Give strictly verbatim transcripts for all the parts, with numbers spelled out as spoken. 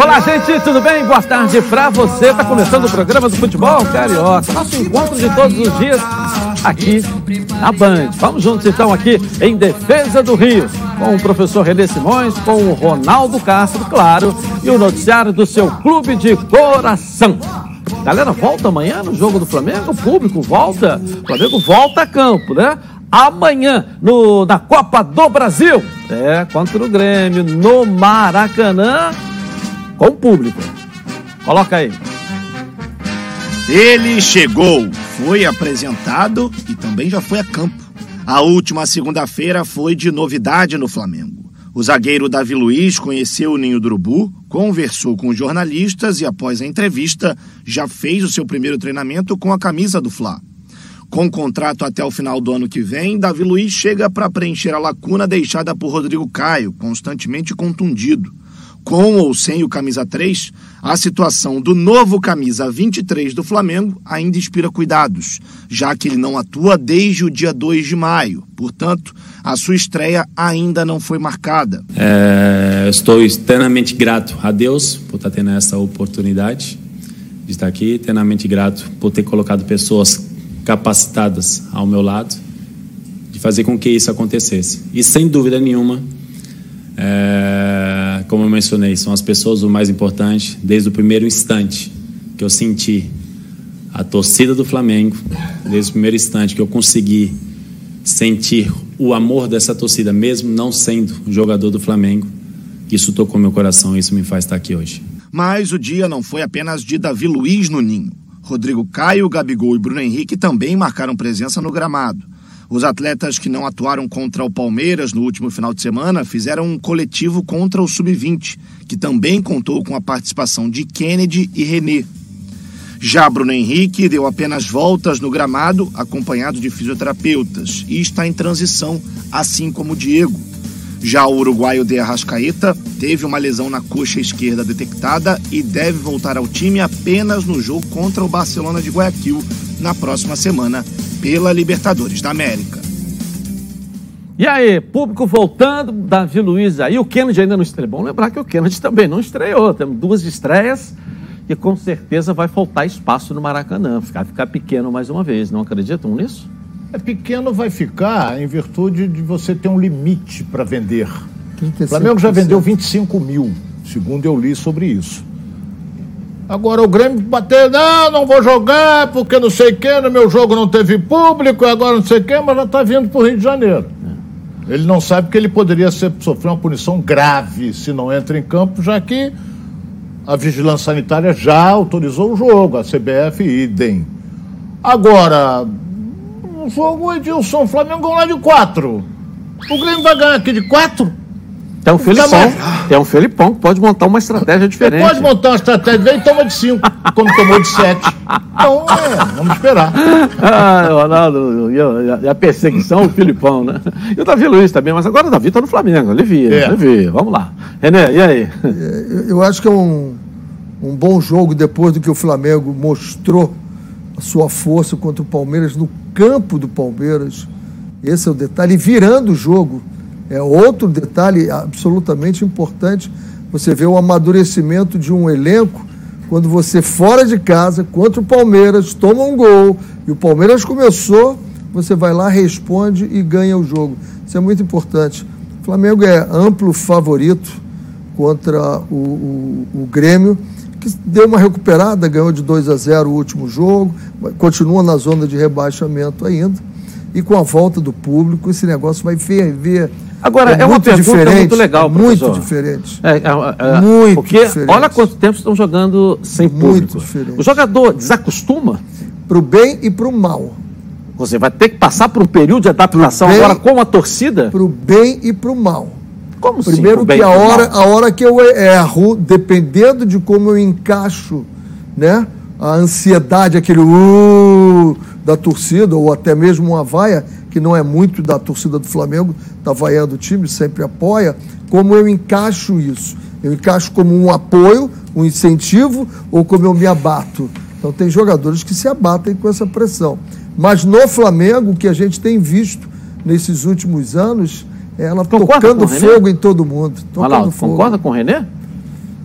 Olá, gente, tudo bem? Boa tarde pra você. Tá começando o programa do Futebol Carioca. Nosso encontro de todos os dias aqui na Band. Vamos juntos então aqui em Defesa do Rio, com o professor Renê Simões, com o Ronaldo Castro, claro, e o noticiário do seu clube de coração. Galera, volta amanhã no jogo do Flamengo, o público volta, o Flamengo volta a campo, né? Amanhã, no, na Copa do Brasil, é, contra o Grêmio, no Maracanã, com o público. Coloca aí. Ele chegou, foi apresentado e também já foi a campo. A última segunda-feira foi de novidade no Flamengo. O zagueiro Davi Luiz conheceu o Ninho do Urubu, conversou com os jornalistas e após a entrevista já fez o seu primeiro treinamento com a camisa do Fla. Com contrato até o final do ano que vem, Davi Luiz chega para preencher a lacuna deixada por Rodrigo Caio, constantemente contundido. Com ou sem o camisa três, a situação do novo camisa vinte e três do Flamengo ainda inspira cuidados, já que ele não atua desde o dia dois de maio. Portanto, a sua estreia ainda não foi marcada. É, estou eternamente grato a Deus por estar tendo essa oportunidade de estar aqui, eternamente grato por ter colocado pessoas capacitadas ao meu lado, de fazer com que isso acontecesse. E sem dúvida nenhuma, é, como eu mencionei, são as pessoas o mais importante. Desde o primeiro instante que eu senti a torcida do Flamengo, desde o primeiro instante que eu consegui sentir o amor dessa torcida, mesmo não sendo jogador do Flamengo, isso tocou meu coração e isso me faz estar aqui hoje. Mas o dia não foi apenas de Davi Luiz no Ninho. Rodrigo Caio, Gabigol e Bruno Henrique também marcaram presença no gramado. Os atletas que não atuaram contra o Palmeiras no último final de semana fizeram um coletivo contra o sub vinte, que também contou com a participação de Kennedy e Renê. Já Bruno Henrique deu apenas voltas no gramado, acompanhado de fisioterapeutas, e está em transição, assim como o Diego. Já o uruguaio de Arrascaeta teve uma lesão na coxa esquerda detectada e deve voltar ao time apenas no jogo contra o Barcelona de Guayaquil na próxima semana pela Libertadores da América. E aí, público voltando, Davi Luiz aí, o Kennedy ainda não estreou. Bom lembrar que o Kennedy também não estreou, temos duas estreias e com certeza vai faltar espaço no Maracanã, ficar, ficar pequeno mais uma vez, não acreditam nisso? É pequeno, vai ficar em virtude de você ter um limite para vender. O Flamengo já vendeu vinte e cinco mil, segundo eu li sobre isso. Agora o Grêmio bateu, não, não vou jogar, porque não sei o que, no meu jogo não teve público, agora não sei o que, mas já está vindo para o Rio de Janeiro. É. Ele não sabe que ele poderia ser, sofrer uma punição grave se não entra em campo, já que a Vigilância Sanitária já autorizou o jogo, a C B F idem. Agora, o jogo, Edilson, o Flamengo lá de quatro. O Grêmio vai ganhar aqui de quatro? Tem um Felipão, tem um Felipão que pode montar uma estratégia diferente. Ele pode montar uma estratégia, vem e toma de cinco, como tomou de sete. Então, é, vamos esperar. Ah, Ronaldo, e a, a perseguição, o Felipão, né? E o Davi Luiz também, mas agora o Davi tá no Flamengo, alivia, é. alivia. Vamos lá. René, e aí? Eu acho que é um, um bom jogo depois do que o Flamengo mostrou a sua força contra o Palmeiras no campo do Palmeiras. Esse é o detalhe, virando o jogo. É outro detalhe absolutamente importante, você vê o amadurecimento de um elenco quando você fora de casa, contra o Palmeiras, toma um gol, e o Palmeiras começou, você vai lá, responde e ganha o jogo. Isso é muito importante. O Flamengo é amplo favorito contra o, o, o Grêmio, que deu uma recuperada, ganhou de dois a zero o último jogo, continua na zona de rebaixamento ainda, e com a volta do público, esse negócio vai ferver. Agora, é, é uma pergunta diferente, muito legal, muito professor. diferente. É, é, é, muito porque diferente. Olha quanto tempo estão jogando sem muito público. Diferente. O jogador desacostuma? Para o bem e para o mal. Você vai ter que passar por um período de adaptação bem, agora com a torcida? Para o bem e para o mal. Como assim? Primeiro que a hora, a hora que eu erro, dependendo de como eu encaixo, né, a ansiedade, aquele uh, da torcida, ou até mesmo uma vaia, que não é muito da torcida do Flamengo, está vaiando o time, sempre apoia, como eu encaixo isso? Eu encaixo como um apoio, um incentivo, ou como eu me abato? Então tem jogadores que se abatem com essa pressão. Mas no Flamengo, o que a gente tem visto nesses últimos anos, é ela concorda tocando fogo em todo mundo. Tocando fogo. Concorda com o Renê?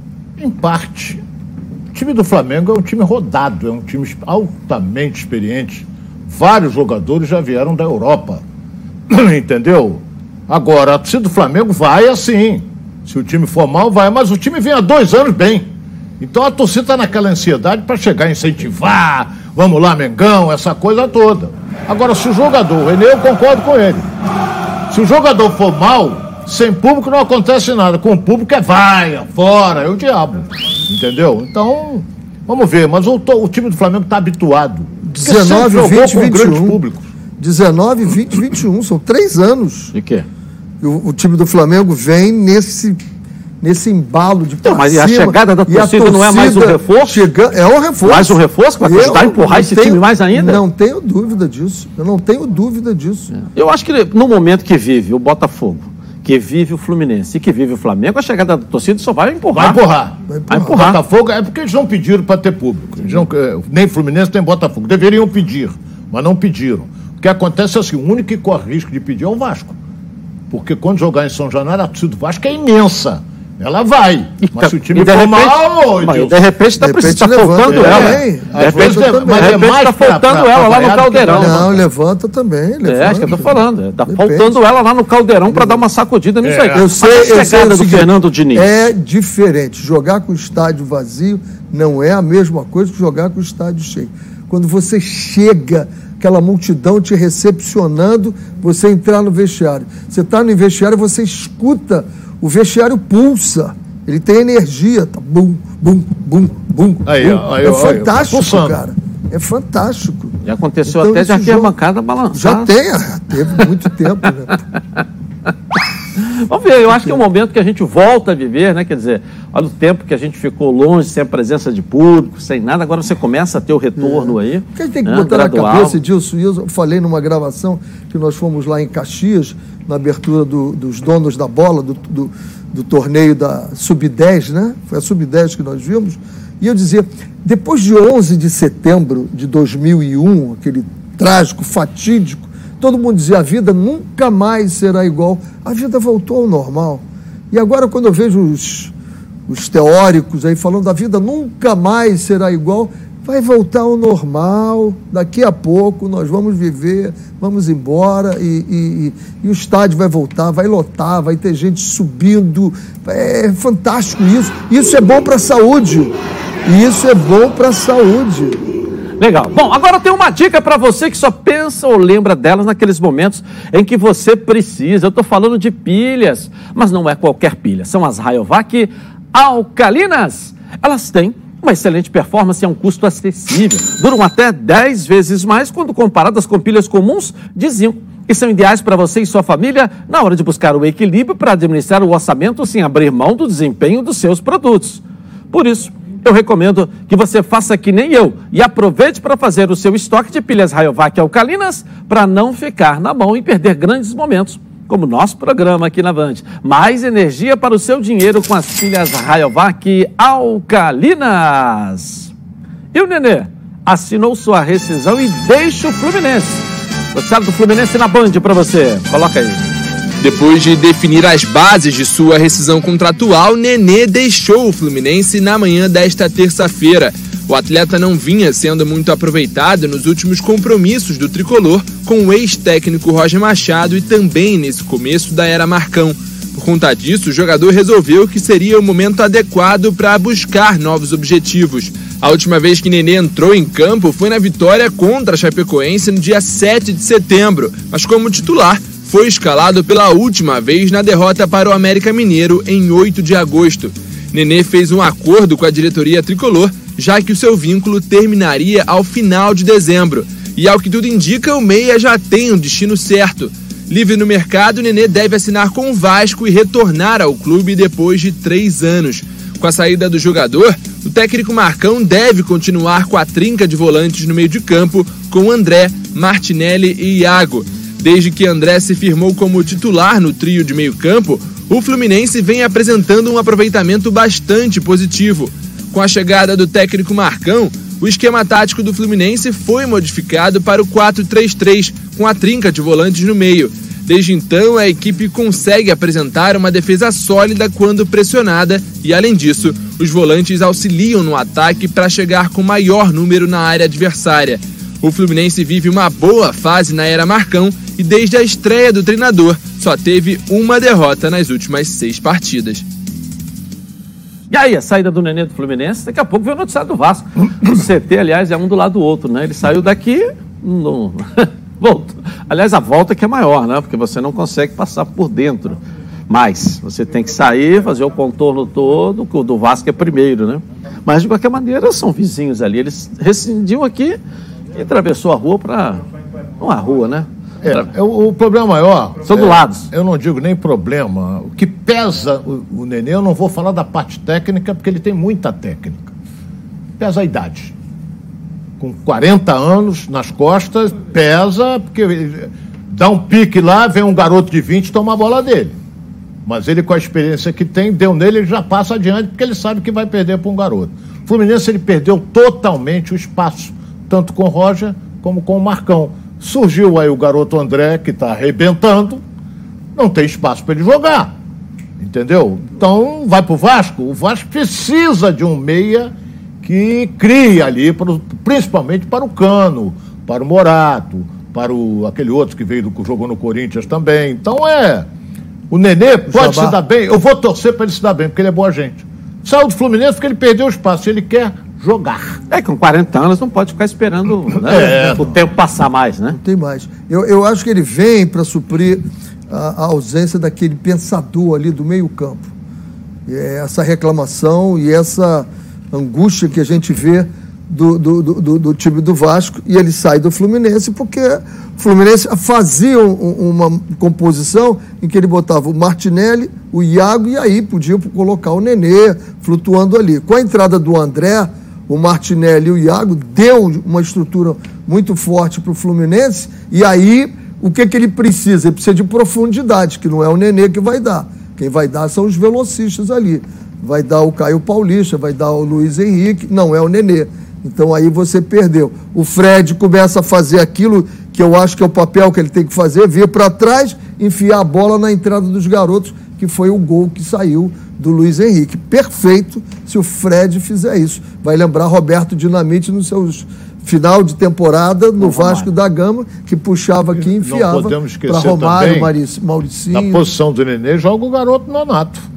Em parte. O time do Flamengo é um time rodado, é um time altamente experiente. Vários jogadores já vieram da Europa. Entendeu? Agora, a torcida do Flamengo vai assim. Se o time for mal, vai. Mas o time vem há dois anos bem. Então a torcida está naquela ansiedade para chegar a incentivar. Vamos lá, Mengão, essa coisa toda. Agora, se o jogador, o Renê, eu concordo com ele. Se o jogador for mal, sem público não acontece nada. Com o público é vai, é fora, é o diabo. Entendeu? Então, vamos ver. Mas o, o time do Flamengo está habituado. dezenove, vinte, vinte e um. dezenove, vinte, vinte e um. São três anos. De quê? O, o time do Flamengo vem nesse, nesse embalo de então, mas e a chegada da torcida, torcida não é mais um reforço? Chega, é um reforço. Mais um reforço para ajudar a empurrar esse tenho, time mais ainda? Não tenho dúvida disso. Eu não tenho dúvida disso. É. Eu acho que no momento que vive o Botafogo, que vive o Fluminense e que vive o Flamengo, a chegada da torcida só vai empurrar. Vai empurrar. Vai empurrar. Vai empurrar. O Botafogo é porque eles não pediram para ter público. Eles não, nem Fluminense nem Botafogo. Deveriam pedir, mas não pediram. O que acontece é assim, o único que corre risco de pedir é o Vasco. Porque quando jogar em São Januário, a torcida do Vasco é imensa. Ela vai. E mas tá, se o time for mal... Mas de repente está tá faltando ela. É, de repente está faltando ela lá no Caldeirão. Não, levanta também. Levanta. É, acho que eu estou falando. Está faltando ela lá no Caldeirão para dar uma sacudida nisso aí. É. Eu sei, mas a eu sei do seguinte, Fernando Diniz. É diferente. Jogar com o estádio vazio não é a mesma coisa que jogar com o estádio cheio. Quando você chega... aquela multidão te recepcionando, você entrar no vestiário. Você está no vestiário, você escuta, o vestiário pulsa, ele tem energia, tá bum, bum, bum, bum. Aí, bum. Aí, é aí, fantástico, aí, cara. É fantástico. Já aconteceu então, até de arquibancada balançar. Já tem, teve muito tempo, né? Vamos ver, eu acho que é um momento que a gente volta a viver, né? Quer dizer, olha o tempo que a gente ficou longe, sem a presença de público, sem nada, agora você começa a ter o retorno é. aí. Porque a gente tem que né? botar Gradual. na cabeça, Edilson, eu falei numa gravação que nós fomos lá em Caxias, na abertura do, dos donos da bola, do, do, do torneio da sub dez, né? Foi a sub dez que nós vimos, e eu dizia, depois de onze de setembro de dois mil e um, aquele trágico, fatídico, todo mundo dizia, a vida nunca mais será igual. A vida voltou ao normal. E agora, quando eu vejo os, os teóricos aí falando, a vida nunca mais será igual, vai voltar ao normal. Daqui a pouco nós vamos viver, vamos embora e, e, e, e o estádio vai voltar, vai lotar, vai ter gente subindo. É fantástico isso. Isso é bom para a saúde. Isso é bom para a saúde. Legal. Bom, agora tem uma dica para você que só pensa ou lembra delas naqueles momentos em que você precisa. Eu estou falando de pilhas, mas não é qualquer pilha. São as Rayovac alcalinas. Elas têm uma excelente performance e a um custo acessível. Duram até dez vezes mais quando comparadas com pilhas comuns de zinco. E são ideais para você e sua família na hora de buscar o equilíbrio para administrar o orçamento sem abrir mão do desempenho dos seus produtos. Por isso, eu recomendo que você faça que nem eu e aproveite para fazer o seu estoque de pilhas Rayovac alcalinas para não ficar na mão e perder grandes momentos, como o nosso programa aqui na Band. Mais energia para o seu dinheiro com as pilhas Rayovac alcalinas. E o Nenê assinou sua rescisão e deixa o Fluminense. Noticiário do Fluminense na Band para você. Coloca aí. Depois de definir as bases de sua rescisão contratual, Nenê deixou o Fluminense na manhã desta terça-feira. O atleta não vinha sendo muito aproveitado nos últimos compromissos do tricolor com o ex-técnico Roger Machado e também nesse começo da era Marcão. Por conta disso, o jogador resolveu que seria o momento adequado para buscar novos objetivos. A última vez que Nenê entrou em campo foi na vitória contra a Chapecoense no dia sete de setembro, mas como titular, foi escalado pela última vez na derrota para o América Mineiro em oito de agosto. Nenê fez um acordo com a diretoria tricolor, já que o seu vínculo terminaria ao final de dezembro. E ao que tudo indica, o meia já tem um destino certo. Livre no mercado, Nenê deve assinar com o Vasco e retornar ao clube depois de três anos. Com a saída do jogador, o técnico Marcão deve continuar com a trinca de volantes no meio de campo com André, Martinelli e Iago. Desde que André se firmou como titular no trio de meio campo, o Fluminense vem apresentando um aproveitamento bastante positivo. Com a chegada do técnico Marcão, o esquema tático do Fluminense foi modificado para o quatro três três, com a trinca de volantes no meio. Desde então, a equipe consegue apresentar uma defesa sólida quando pressionada e, além disso, Os volantes auxiliam no ataque para chegar com maior número na área adversária. O Fluminense vive uma boa fase na era Marcão e desde a estreia do treinador só teve uma derrota nas últimas seis partidas. E aí, a saída do Nenê do Fluminense, daqui a pouco veio o noticiário do Vasco. O C T, aliás, é um do lado do outro, né? Ele saiu daqui, não... voltou. Aliás, a volta que é maior, né? Porque você não consegue passar por dentro. Mas você tem que sair, fazer o contorno todo, que o do Vasco é primeiro, né? Mas, de qualquer maneira, são vizinhos ali. Eles rescindiu aqui e atravessou a rua para... Não a rua, né? É, o, o problema maior... São do é, lado. Eu não digo nem problema. O que pesa o, o Nenê, eu não vou falar da parte técnica, porque ele tem muita técnica. Pesa a idade. Com quarenta anos nas costas, pesa, porque dá um pique lá, vem um garoto de vinte e toma a bola dele. Mas ele, com a experiência que tem, deu nele, ele já passa adiante, porque ele sabe que vai perder para um garoto. O Fluminense, ele perdeu totalmente o espaço, tanto com o Roger como com o Marcão. Surgiu aí o garoto André, que está arrebentando, não tem espaço para ele jogar, entendeu? Então, vai para o Vasco. O Vasco precisa de um meia que crie ali, pro, principalmente para o Cano, para o Morato, para o, aquele outro que veio do jogou no Corinthians também. Então, é... O Nenê pode se dar bem, eu vou torcer para ele se dar bem, porque ele é boa gente. Saiu do Fluminense porque ele perdeu o espaço, ele quer jogar. É, com quarenta anos não pode ficar esperando, né, é, o tempo passar mais, né? Não tem mais. Eu, eu acho que ele vem para suprir a, a ausência daquele pensador ali do meio campo. É essa reclamação e essa angústia que a gente vê do, do, do, do time do Vasco, e ele sai do Fluminense porque o Fluminense fazia um, uma composição em que ele botava o Martinelli, o Iago, e aí podia colocar o Nenê flutuando ali. Com a entrada do André, o Martinelli e o Iago deu uma estrutura muito forte para o Fluminense, e aí o que, que ele precisa? Ele precisa de profundidade, que não é o Nenê que vai dar. Quem vai dar são os velocistas ali. Vai dar o Caio Paulista, vai dar o Luiz Henrique, não é o Nenê. Então aí você perdeu. O Fred começa a fazer aquilo que eu acho que é o papel que ele tem que fazer, vir para trás, enfiar a bola na entrada dos garotos, que foi o gol que saiu do Luiz Henrique. Perfeito se o Fred fizer isso. Vai lembrar Roberto Dinamite nos seus final de temporada no Vasco da Gama, que puxava aqui e enfiava para Romário, Mauricinho. Na posição do Nenê joga o garoto Nonato.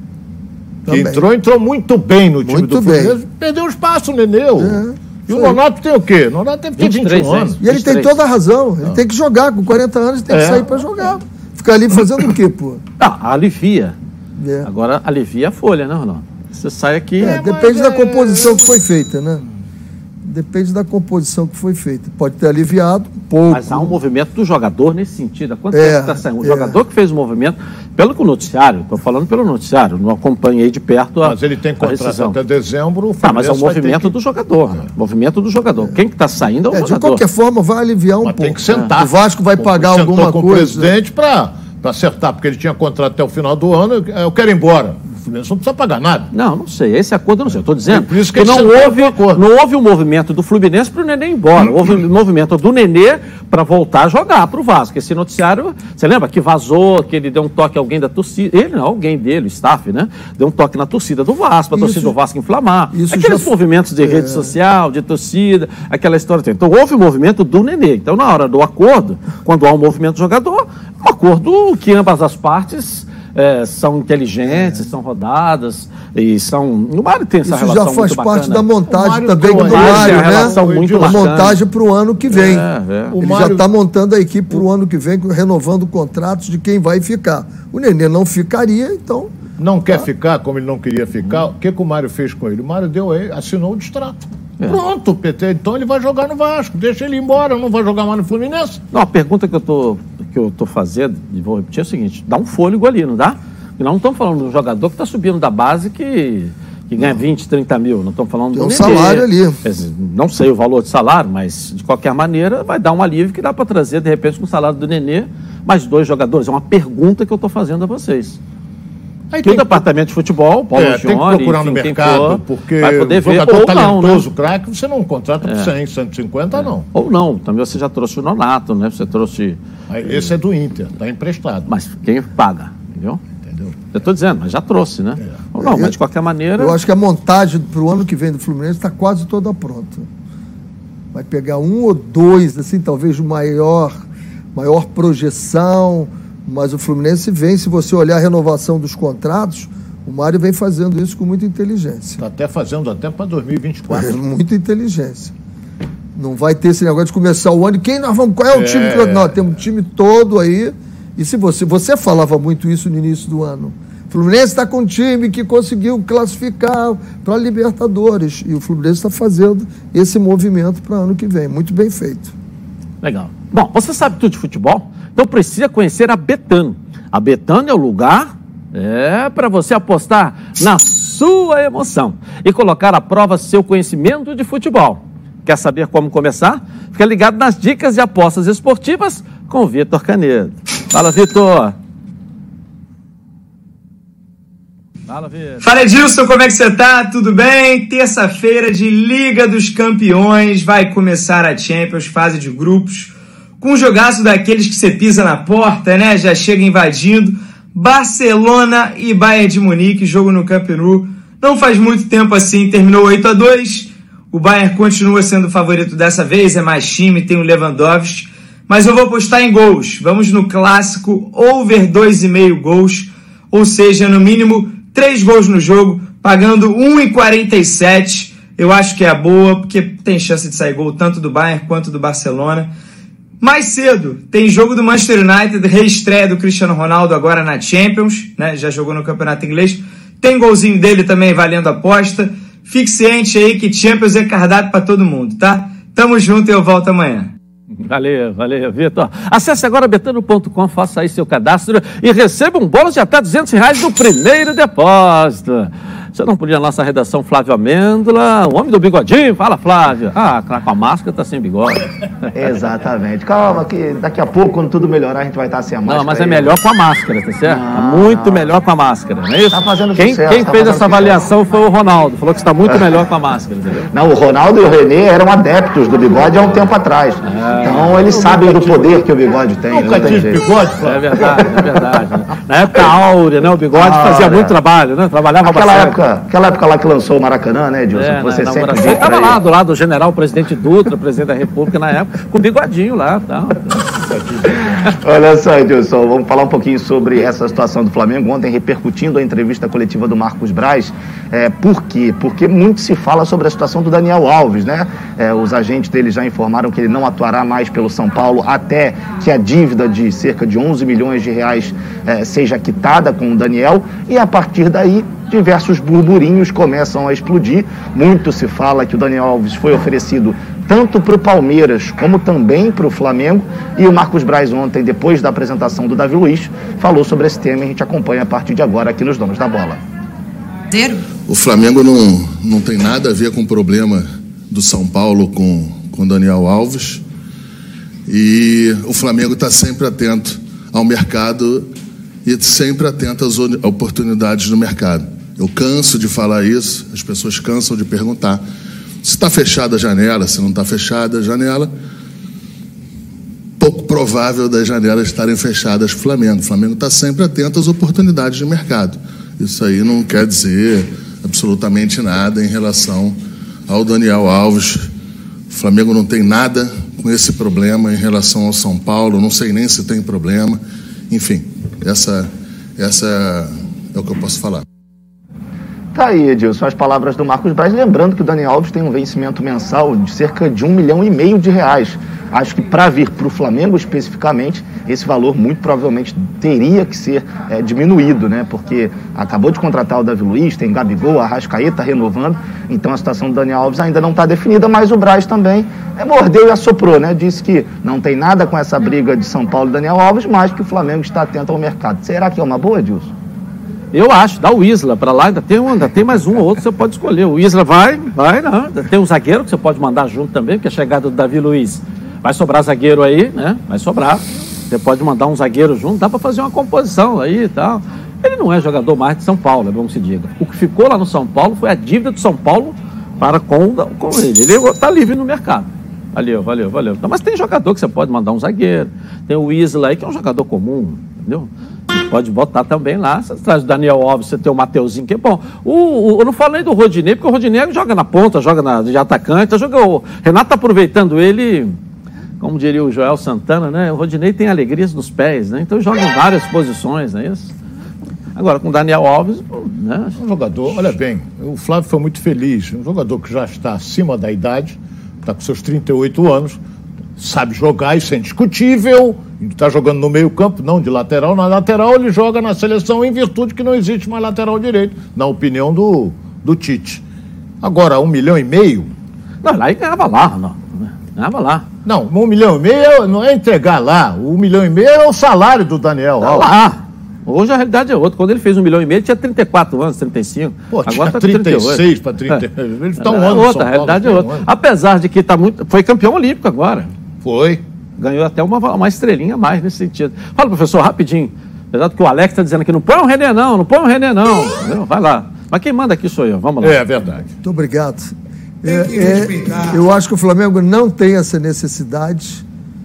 Que entrou, entrou muito bem no time muito do Fluminense. Perdeu espaço o Nenê. É, e o Nonato tem o quê? O Nonato deve ter vinte e um anos. E ele tem toda a razão. Ele Não. tem que jogar. Com quarenta anos, ele tem é. que sair para jogar. Ficar ali fazendo o quê, pô? Ah, alivia. É. Agora alivia a folha, né, Ronaldo? Você sai aqui... É, depende da composição que foi feita, né? Depende da composição que foi feita. Pode ter aliviado um pouco. Mas há um movimento do jogador nesse sentido. Há quanto tempo está saindo? O é. jogador que fez o movimento, pelo que o noticiário, estou falando pelo noticiário, não acompanhei de perto a Mas ele tem contrato até dezembro. O tá, mas é o movimento que... do jogador. É. Movimento do jogador. É. Quem que está saindo é o é, jogador. De qualquer forma, vai aliviar um mas pouco. Tem que sentar. O Vasco vai pagar alguma com coisa. Com o presidente para acertar, porque ele tinha contrato até o final do ano. Eu quero ir embora. O Fluminense não precisa pagar nada. Não, não sei. Esse acordo eu não sei. Eu estou dizendo por isso que, que não houve, não houve um movimento do Fluminense para o Nenê ir embora. Houve um movimento do Nenê para voltar a jogar para o Vasco. Esse noticiário, você lembra que vazou, que ele deu um toque a alguém da torcida? Ele não, alguém dele, o staff, né? Deu um toque na torcida do Vasco, para a torcida do Vasco inflamar. Isso Aqueles já... movimentos de é... rede social, de torcida, aquela história. Então houve um movimento do Nenê. Então na hora do acordo, quando há um movimento do jogador, um acordo que ambas as partes... É, são inteligentes, é. são rodadas e são... O Mário tem essa Isso relação já faz muito parte bacana. da montagem também do Mário, né? Relação muito a montagem para o ano que vem. É, é. Ele Mário... já está montando a equipe para o ano que vem, renovando contratos de quem vai ficar. O Nenê não ficaria, então... Não quer tá. ficar como ele não queria ficar. O que, que o Mário fez com ele? O Mário deu ele, assinou o distrato. É. Pronto, P T, então ele vai jogar no Vasco, deixa ele ir embora, não vai jogar mais no Fluminense. Não, a pergunta que eu tô, que eu tô fazendo, e vou repetir, é o seguinte, dá um fôlego ali, não dá? Porque nós não estamos falando de um jogador que está subindo da base que, que ganha vinte, trinta mil, não estamos falando Tem do um salário ali. Não sei o valor de salário, mas de qualquer maneira vai dar um alívio que dá para trazer, de repente, com o salário do Nenê, mais dois jogadores. É uma pergunta que eu estou fazendo a vocês. Aí que o departamento de futebol, Paulo é, Gione, tem que procurar enfim, no mercado, for, porque vai poder ver, jogador ou talentoso, não, né? Craque, você não contrata por é. cem, cento e cinquenta, é. não. Ou não, também você já trouxe o Nonato, né? Você trouxe... Aí, esse é do Inter, está emprestado. Mas quem paga, entendeu? Entendeu? Eu estou dizendo, mas já trouxe, né? É. Não, mas de qualquer maneira... Eu acho que a montagem para o ano que vem do Fluminense está quase toda pronta. Vai pegar um ou dois, assim, talvez maior, maior projeção, mas o Fluminense vem, se você olhar a renovação dos contratos, o Mário vem fazendo isso com muita inteligência. Está até fazendo até para dois mil e vinte e quatro. É, muita inteligência. Não vai ter esse negócio de começar o ano. Quem nós vamos... Qual é o é... time que... Não, temos um time todo aí. E se você... Você falava muito isso no início do ano. O Fluminense está com um time que conseguiu classificar para a Libertadores. E o Fluminense está fazendo esse movimento para o ano que vem. Muito bem feito. Legal. Bom, você sabe tudo de futebol? Então precisa conhecer a Betano. A Betano é o lugar é, para você apostar na sua emoção e colocar à prova seu conhecimento de futebol. Quer saber como começar? Fica ligado nas dicas de apostas esportivas com o Vitor Canedo. Fala, Vitor. Fala, Vitor. Fala, Edilson, como é que você tá? Tudo bem? Terça-feira de Liga dos Campeões, vai começar a Champions, fase de grupos, com um jogaço daqueles que você pisa na porta, né? Já chega invadindo. Barcelona e Bayern de Munique, jogo no Camp Nou. Não faz muito tempo assim, terminou oito a dois. O Bayern continua sendo o favorito dessa vez, é mais time, tem o Lewandowski. Mas eu vou apostar em gols. Vamos no clássico over dois e meio gols, ou seja, no mínimo três gols no jogo, pagando um e quarenta e sete. Eu acho que é a boa, porque tem chance de sair gol tanto do Bayern quanto do Barcelona. Mais cedo, tem jogo do Manchester United, reestreia do Cristiano Ronaldo agora na Champions, né? Já jogou no Campeonato Inglês. Tem golzinho dele também valendo aposta. Fique ciente aí que Champions é cardápio para todo mundo, tá? Tamo junto e eu volto amanhã. Valeu, valeu, Vitor. Acesse agora betano ponto com, faça aí seu cadastro e receba um bônus de até duzentos reais no primeiro depósito. Você não podia a nossa redação Flávio Amêndola, o homem do bigodinho? Fala, Flávio. Ah, com a máscara tá sem bigode. Exatamente. Calma que daqui a pouco, quando tudo melhorar, a gente vai estar sem a máscara. Não, mas é aí. melhor com a máscara, tá certo? Não, é muito não. melhor com a máscara, não é isso? Tá fazendo Quem, sucesso, quem tá fez fazendo essa avaliação foi o Ronaldo, falou que está muito melhor com a máscara, entendeu? Não, o Ronaldo e o René eram adeptos do bigode há um tempo atrás. É. Então eles sabem do poder que o bigode tem. Nunca tive bigode, É verdade, é verdade. Né? Na época áurea, né? O bigode ah, fazia é. muito trabalho, né? Trabalhava aquela bastante. Época, aquela época lá que lançou o Maracanã, né, Edilson? É, Você na, sempre Você estava lá do lado do general, o presidente Dutra, presidente da República na época, com o bigodinho lá. Tá. Olha só, Edilson, vamos falar um pouquinho sobre essa situação do Flamengo. Ontem, repercutindo a entrevista coletiva do Marcos Braz. É, por quê? Porque muito se fala sobre a situação do Daniel Alves, né? É, os agentes dele já informaram que ele não atuará mais pelo São Paulo até que a dívida de cerca de onze milhões de reais é, seja quitada com o Daniel, e a partir daí diversos burburinhos começam a explodir. Muito se fala que o Daniel Alves foi oferecido tanto para o Palmeiras como também para o Flamengo, e o Marcos Braz ontem, depois da apresentação do Davi Luiz, falou sobre esse tema e a gente acompanha a partir de agora aqui nos Donos da Bola. O Flamengo não, não tem nada a ver com o problema do São Paulo com o Daniel Alves, e o Flamengo está sempre atento ao mercado e sempre atento às oportunidades do mercado. Eu canso de falar isso, as pessoas cansam de perguntar se está fechada a janela, se não está fechada a janela. Pouco provável das janelas estarem fechadas para o Flamengo. O Flamengo está sempre atento às oportunidades de mercado. Isso aí não quer dizer absolutamente nada em relação ao Daniel Alves. O Flamengo não tem nada com esse problema em relação ao São Paulo, não sei nem se tem problema. Enfim, essa, essa é o que eu posso falar. Tá aí, Edilson, as palavras do Marcos Braz, lembrando que o Daniel Alves tem um vencimento mensal de cerca de um milhão e meio de reais. Acho que para vir para o Flamengo especificamente, esse valor muito provavelmente teria que ser é, diminuído, né? Porque acabou de contratar o Davi Luiz, tem Gabigol, Arrascaeta renovando, então a situação do Daniel Alves ainda não está definida, mas o Braz também é, mordeu e assoprou, né? Disse que não tem nada com essa briga de São Paulo e Daniel Alves, mas que o Flamengo está atento ao mercado. Será que é uma boa, Edilson? Eu acho, dá o Isla para lá, ainda tem, um, ainda tem mais um ou outro que você pode escolher. O Isla vai, vai não, ainda tem um zagueiro que você pode mandar junto também, porque a chegada do Davi Luiz vai sobrar zagueiro aí, né? Vai sobrar. Você pode mandar um zagueiro junto, dá para fazer uma composição aí e tal. Ele não é jogador mais de São Paulo, é bom que se diga. O que ficou lá no São Paulo foi a dívida do São Paulo para com, com ele. Ele está livre no mercado. Valeu, valeu, valeu. Então, mas tem jogador que você pode mandar um zagueiro. Tem o Isla aí, que é um jogador comum, entendeu? Pode botar também lá. Você traz o Daniel Alves, você tem o Mateuzinho, que é bom. O, o, eu não falo nem do Rodinei, porque o Rodinei joga na ponta, joga na, de atacante. Joga, o Renato tá aproveitando ele, como diria o Joel Santana, né? O Rodinei tem alegrias nos pés, né? Então joga em várias posições, não é isso? Agora, com o Daniel Alves, né? Um jogador, olha bem, o Flávio foi muito feliz. Um jogador que já está acima da idade, está com seus trinta e oito anos, sabe jogar, isso é indiscutível. Está jogando no meio campo, não de lateral. Na lateral ele joga na seleção em virtude que não existe mais lateral direito, na opinião do, do Tite. Agora, um milhão e meio... Não, lá ele ganhava lá, não. Ganhava lá. Não, um milhão e meio não é entregar lá. Um milhão e meio é o salário do Daniel Alves. Lá. Hoje a realidade é outra. Quando ele fez um milhão e meio, ele tinha trinta e quatro anos, trinta e cinco. Pô, agora tinha tá trinta e seis para trinta e oito. trinta. É. Ele está um é ano outra, São Paulo, a realidade é outra. Um Apesar de que tá muito, foi campeão olímpico agora. Foi. Ganhou até uma, uma estrelinha a mais nesse sentido. Fala, professor, rapidinho. Apesar do que o Alex está dizendo aqui, não põe o René não, não põe o René não. Entendeu? Vai lá. Mas quem manda aqui sou eu, vamos lá. É verdade. Muito obrigado. É, é, eu acho que o Flamengo não tem essa necessidade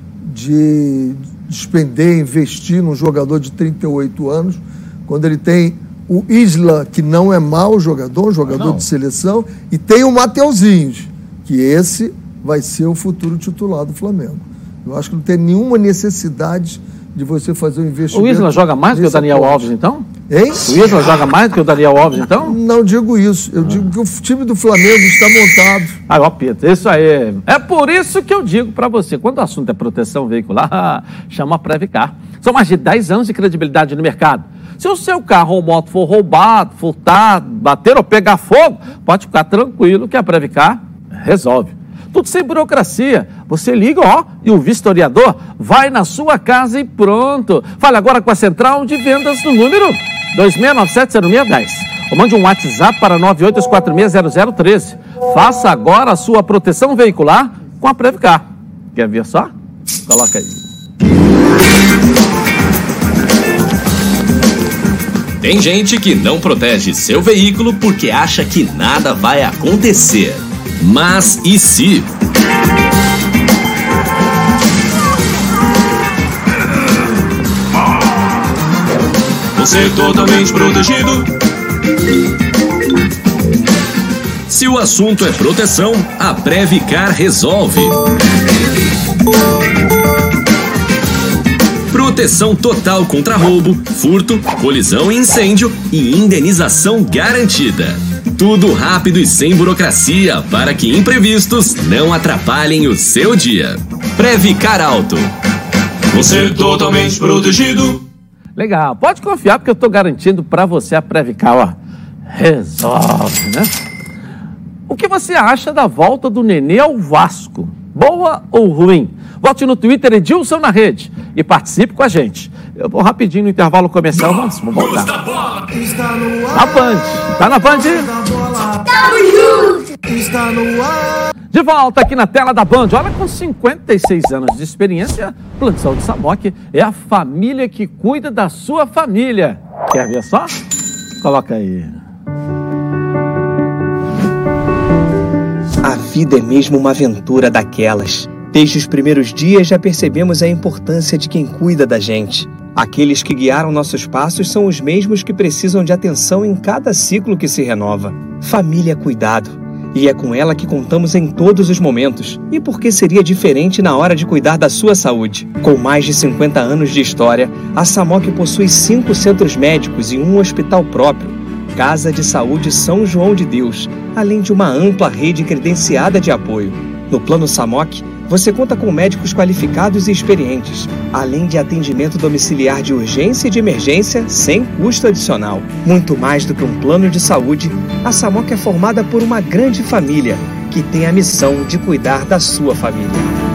de despender, investir num jogador de trinta e oito anos, quando ele tem o Isla, que não é mau jogador, um jogador de seleção, e tem o Mateuzinho, que esse vai ser o futuro titular do Flamengo. Eu acho que não tem nenhuma necessidade de você fazer um investimento. O Isla joga mais do que o Daniel ponto. Alves, então? Hein? O Isla joga mais do que o Daniel Alves, então? Não digo isso. Eu ah. digo que o time do Flamengo está montado. Ah, ó, Pedro, isso aí. É por isso que eu digo para você, quando o assunto é proteção veicular, chama a Previcar. São mais de dez anos de credibilidade no mercado. Se o seu carro ou moto for roubado, furtado, bater ou pegar fogo, pode ficar tranquilo que a Previcar resolve. Tudo sem burocracia. Você liga, ó, e o vistoriador vai na sua casa e pronto. Fale agora com a central de vendas no número dois seis nove sete zero seis um zero. Ou mande um WhatsApp para nove oito quatro seis zero zero um três. Faça agora a sua proteção veicular com a Previcar. Quer ver só? Coloca aí. Tem gente que não protege seu veículo porque acha que nada vai acontecer. Mas e se? Você totalmente protegido? Se o assunto é proteção, a Previcar resolve. Proteção total contra roubo, furto, colisão e incêndio e indenização garantida. Tudo rápido e sem burocracia para que imprevistos não atrapalhem o seu dia. Previcar Auto. Você totalmente protegido? Legal, pode confiar porque eu estou garantindo para você a Previcar, ó. Resolve, né? O que você acha da volta do Nenê ao Vasco? Boa ou ruim? Vote no Twitter Edilson na Rede e participe com a gente. Eu vou rapidinho no intervalo comercial, vamos, vamos voltar. Na Band, tá na Band? De volta aqui na tela da Band. Olha, com cinquenta e seis anos de experiência, Plano de Saúde Samok é a família que cuida da sua família. Quer ver só? Coloca aí. A vida é mesmo uma aventura daquelas. Desde os primeiros dias já percebemos a importância de quem cuida da gente. Aqueles que guiaram nossos passos são os mesmos que precisam de atenção em cada ciclo que se renova. Família é cuidado. E é com ela que contamos em todos os momentos. E por que seria diferente na hora de cuidar da sua saúde? Com mais de cinquenta anos de história, a Samok possui cinco centros médicos e um hospital próprio. Casa de Saúde São João de Deus, além de uma ampla rede credenciada de apoio. No Plano Samok, você conta com médicos qualificados e experientes, além de atendimento domiciliar de urgência e de emergência sem custo adicional. Muito mais do que um plano de saúde, a Samok é formada por uma grande família que tem a missão de cuidar da sua família.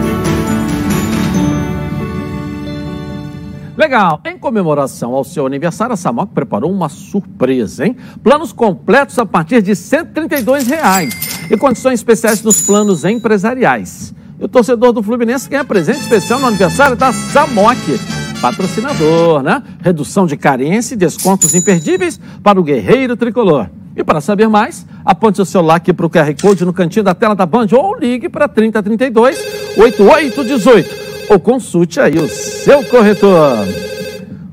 Legal, em comemoração ao seu aniversário, a Samok preparou uma surpresa, hein? Planos completos a partir de cento e trinta e dois reais e condições especiais nos planos empresariais. E o torcedor do Fluminense ganha presente especial no aniversário da Samok, patrocinador, né? Redução de carência e descontos imperdíveis para o guerreiro tricolor. E para saber mais, aponte seu celular aqui para o Q R Code no cantinho da tela da Band ou ligue para trinta, trinta e dois, oitenta e oito dezoito ou consulte aí o seu corretor.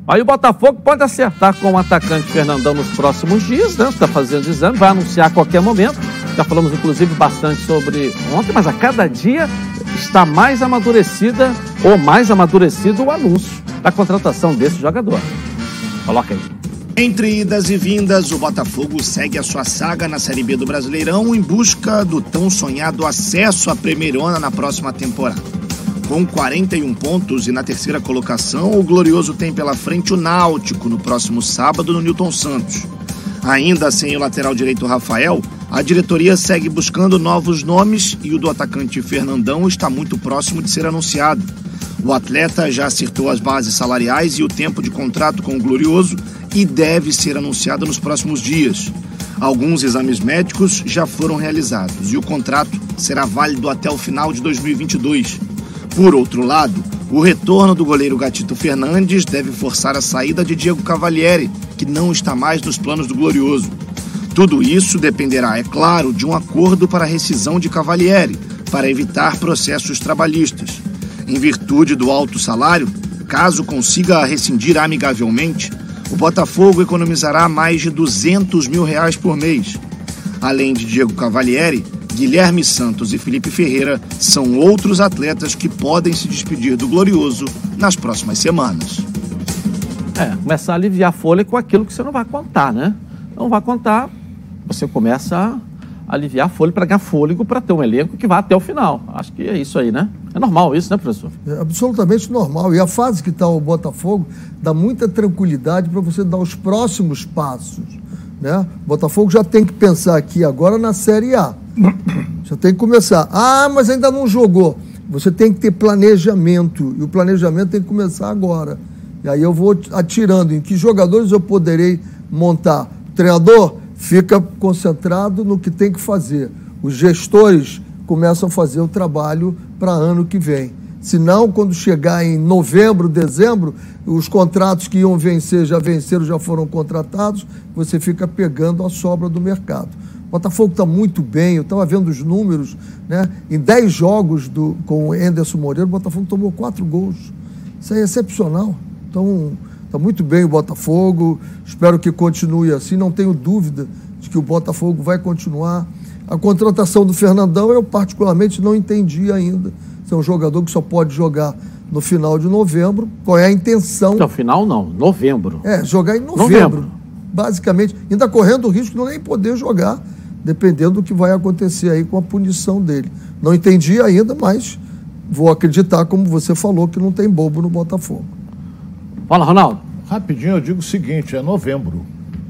Aí o Botafogo pode acertar com o atacante Fernandão nos próximos dias, né? Está fazendo exame, vai anunciar a qualquer momento. Já falamos, inclusive, bastante sobre ontem, mas a cada dia está mais amadurecida ou mais amadurecido o anúncio da contratação desse jogador. Coloca aí. Entre idas e vindas, o Botafogo segue a sua saga na Série B do Brasileirão em busca do tão sonhado acesso à Primeirona na próxima temporada. Com quarenta e um pontos e na terceira colocação, o Glorioso tem pela frente o Náutico no próximo sábado no Newton Santos. Ainda sem o lateral direito Rafael, a diretoria segue buscando novos nomes e o do atacante Fernandão está muito próximo de ser anunciado. O atleta já acertou as bases salariais e o tempo de contrato com o Glorioso e deve ser anunciado nos próximos dias. Alguns exames médicos já foram realizados e o contrato será válido até o final de dois mil e vinte e dois. Por outro lado, o retorno do goleiro Gatito Fernandes deve forçar a saída de Diego Cavalieri, que não está mais nos planos do Glorioso. Tudo isso dependerá, é claro, de um acordo para a rescisão de Cavalieri, para evitar processos trabalhistas. Em virtude do alto salário, caso consiga rescindir amigavelmente, o Botafogo economizará mais de duzentos mil reais por mês. Além de Diego Cavalieri, Guilherme Santos e Felipe Ferreira são outros atletas que podem se despedir do Glorioso nas próximas semanas. É, começar a aliviar a folha com aquilo que você não vai contar, né? Não vai contar, você começa a aliviar a folha para ganhar fôlego para ter um elenco que vá até o final. Acho que é isso aí, né? É normal isso, né, professor? É absolutamente normal. E a fase que está o Botafogo dá muita tranquilidade para você dar os próximos passos, né? O Botafogo já tem que pensar aqui agora na Série A. Já tem que começar. Ah, mas ainda não jogou. Você tem que ter planejamento. E o planejamento tem que começar agora. E aí eu vou atirando em que jogadores eu poderei montar. O treinador fica concentrado no que tem que fazer. Os gestores começam a fazer o trabalho para ano que vem. Senão, quando chegar em novembro, dezembro, os contratos que iam vencer já venceram, já foram contratados, você fica pegando a sobra do mercado. O Botafogo está muito bem, eu estava vendo os números, né? Em dez jogos do, com o Enderson Moreira, o Botafogo tomou quatro gols. Isso é excepcional. Então, está muito bem o Botafogo, espero que continue assim, não tenho dúvida de que o Botafogo vai continuar. A contratação do Fernandão, eu particularmente não entendi ainda. Esse é um jogador que só pode jogar no final de novembro. Qual é a intenção? No final não, novembro. É, jogar em novembro. novembro. Basicamente, ainda correndo o risco de não nem poder jogar, dependendo do que vai acontecer aí com a punição dele. Não entendi ainda, mas vou acreditar, como você falou, que não tem bobo no Botafogo. Fala, Ronaldo. Rapidinho, eu digo o seguinte, é novembro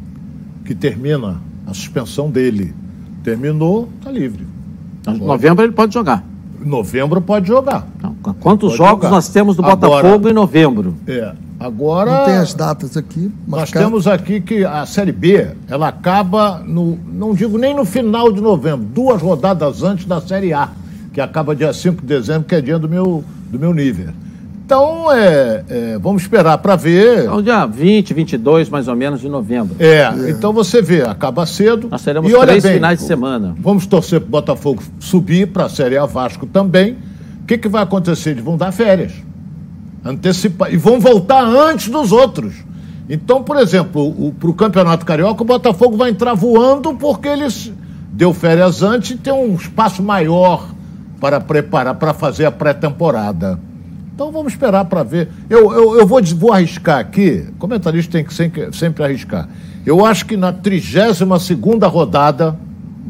que termina a suspensão dele. Terminou, tá livre. Em novembro ele pode jogar. Novembro pode jogar. Não, quantos jogos jogar. Nós temos do Botafogo agora, em novembro? É, agora... Não tem as datas aqui. Nós marcado. Temos aqui que a Série B, ela acaba, no, não digo nem no final de novembro, duas rodadas antes da Série A, que acaba dia cinco de dezembro, que é dia do meu, do meu nível. Então, é, é, vamos esperar para ver. Então, dia vinte, vinte e dois, mais ou menos, de novembro. É, é. Então você vê, acaba cedo. Nós teremos e olha três bem, finais de semana. Vamos torcer para o Botafogo subir para a Série A, Vasco também. O que, que vai acontecer? Eles vão dar férias. Antecipar. E vão voltar antes dos outros. Então, por exemplo, para o Campeonato Carioca, o Botafogo vai entrar voando porque eles deu férias antes e tem um espaço maior para preparar, para fazer a pré-temporada. Então vamos esperar para ver. Eu, eu, eu vou, vou arriscar aqui, comentarista tem que sempre, sempre arriscar. Eu acho que na trigésima segunda rodada,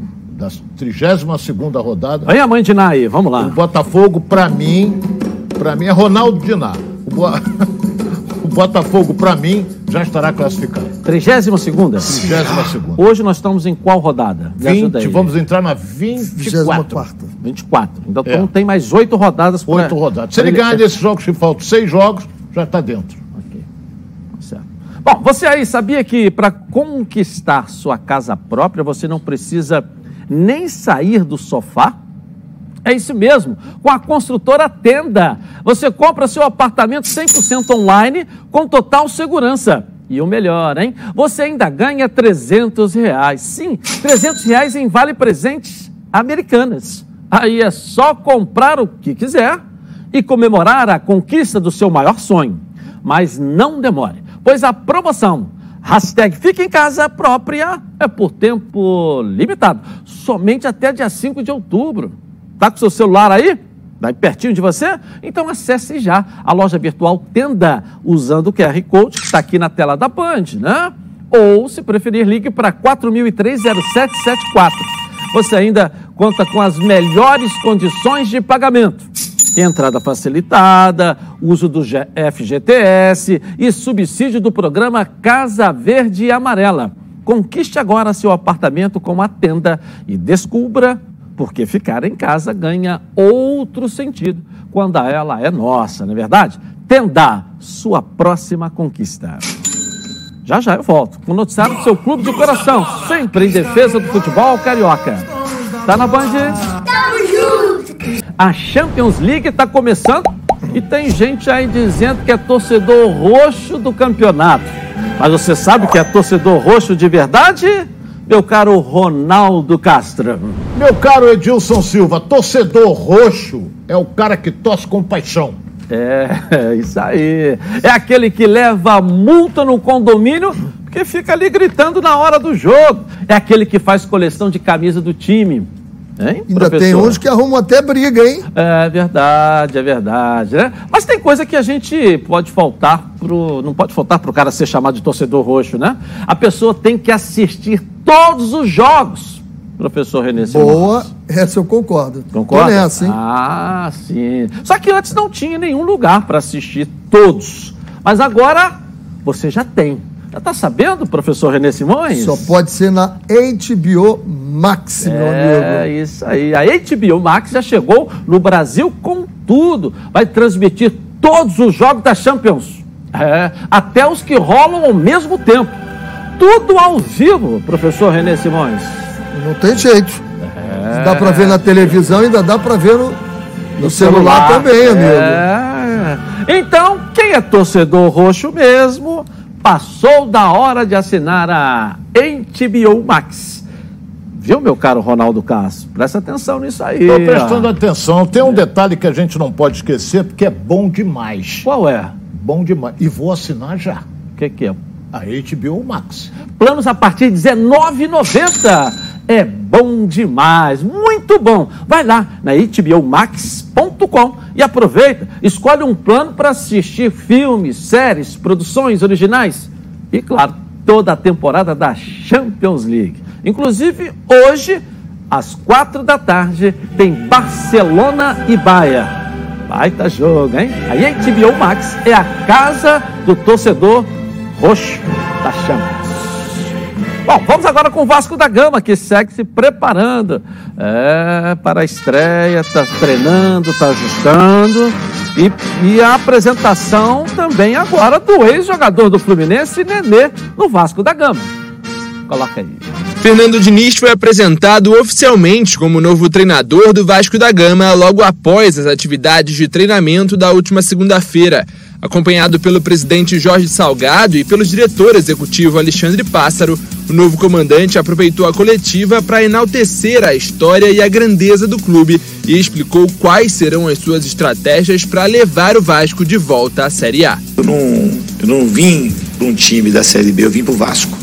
da trigésima segunda rodada... Aí a mãe de Ná aí, vamos lá. O Botafogo, para mim, para mim é Ronaldo de Ná. O, Bo... o Botafogo, para mim, já estará classificado. trigésima segunda? trigésima segunda. Hoje nós estamos em qual rodada? vinte, vamos entrar na vinte e quatro. vinte e quatro. Então é. tem mais oito rodadas. Pra... Oito rodadas. Se ele ganhar desses jogos que faltam seis jogos, já está dentro. Ok. Certo. Bom, você aí sabia que para conquistar sua casa própria, você não precisa nem sair do sofá? É isso mesmo, com a construtora Tenda. Você compra seu apartamento cem por cento online com total segurança. E o melhor, hein? Você ainda ganha trezentos reais. Sim, trezentos reais em Vale Presentes Americanas. Aí é só comprar o que quiser e comemorar a conquista do seu maior sonho. Mas não demore, pois a promoção hashtag Fica em Casa Própria é por tempo limitado, somente até dia cinco de outubro. Tá com seu celular aí? Vai pertinho de você? Então acesse já a loja virtual Tenda, usando o Q R Code que está aqui na tela da Band, né? Ou, se preferir, ligue para quatro mil e três, zero sete sete quatro. Você ainda conta com as melhores condições de pagamento. Entrada facilitada, uso do F G T S e subsídio do programa Casa Verde e Amarela. Conquiste agora seu apartamento com a Tenda e descubra porque ficar em casa ganha outro sentido quando ela é nossa, não é verdade? Tenda, sua próxima conquista. Já já eu volto com o noticiário do seu clube de coração, sempre em defesa do futebol carioca. Tá na Band? Tamo junto! A Champions League tá começando e tem gente aí dizendo que é torcedor roxo do campeonato. Mas você sabe que é torcedor roxo de verdade, meu caro Ronaldo Castro? Meu caro Edilson Silva, torcedor roxo é o cara que torce com paixão. É, isso aí. É aquele que leva multa no condomínio porque fica ali gritando na hora do jogo. É aquele que faz coleção de camisa do time. Hein, Ainda professor? Tem uns que arrumam até briga, hein? É verdade, é verdade, né? Mas tem coisa que a gente pode faltar pro... Não pode faltar pro cara ser chamado de torcedor roxo, né? A pessoa tem que assistir todos os jogos, professor Renê Simões. Boa, essa eu concordo. Concorda? Tô nessa, hein? Ah, sim. Só que antes não tinha nenhum lugar para assistir todos. Mas agora você já tem. Já tá sabendo, professor Renê Simões? Só pode ser na H B O Max, meu amigo. É, isso aí. A H B O Max já chegou no Brasil com tudo. Vai transmitir todos os jogos da Champions. É, até os que rolam ao mesmo tempo. Tudo ao vivo, professor Renê Simões. Não tem jeito. É. Dá para ver na televisão, ainda dá para ver no, no, no celular, celular também, amigo. É. Então, quem é torcedor roxo mesmo, passou da hora de assinar a H B O Max. Viu, meu caro Ronaldo Castro? Presta atenção nisso aí. Estou prestando ó. atenção. Tem um detalhe que a gente não pode esquecer, porque é bom demais. Qual é? Bom demais. E vou assinar já. O que, que é? A H B O Max. Planos a partir de dezenove reais e noventa centavos. É bom demais, muito bom. Vai lá na H B O Max ponto com e aproveita. Escolhe um plano para assistir filmes, séries, produções originais e, claro, toda a temporada da Champions League. Inclusive, hoje, às quatro da tarde, tem Barcelona e Bayern. Baita jogo, hein? A H B O Max é a casa do torcedor roxo da Champions. Bom, vamos agora com o Vasco da Gama, que segue se preparando é, para a estreia, está treinando, está ajustando. E, e a apresentação também agora do ex-jogador do Fluminense, Nenê, no Vasco da Gama. Coloca aí. Fernando Diniz foi apresentado oficialmente como novo treinador do Vasco da Gama logo após as atividades de treinamento da última segunda-feira. Acompanhado pelo presidente Jorge Salgado e pelo diretor executivo Alexandre Pássaro, o novo comandante aproveitou a coletiva para enaltecer a história e a grandeza do clube e explicou quais serão as suas estratégias para levar o Vasco de volta à Série A. Eu não, eu não vim para um time da Série B, eu vim para o Vasco.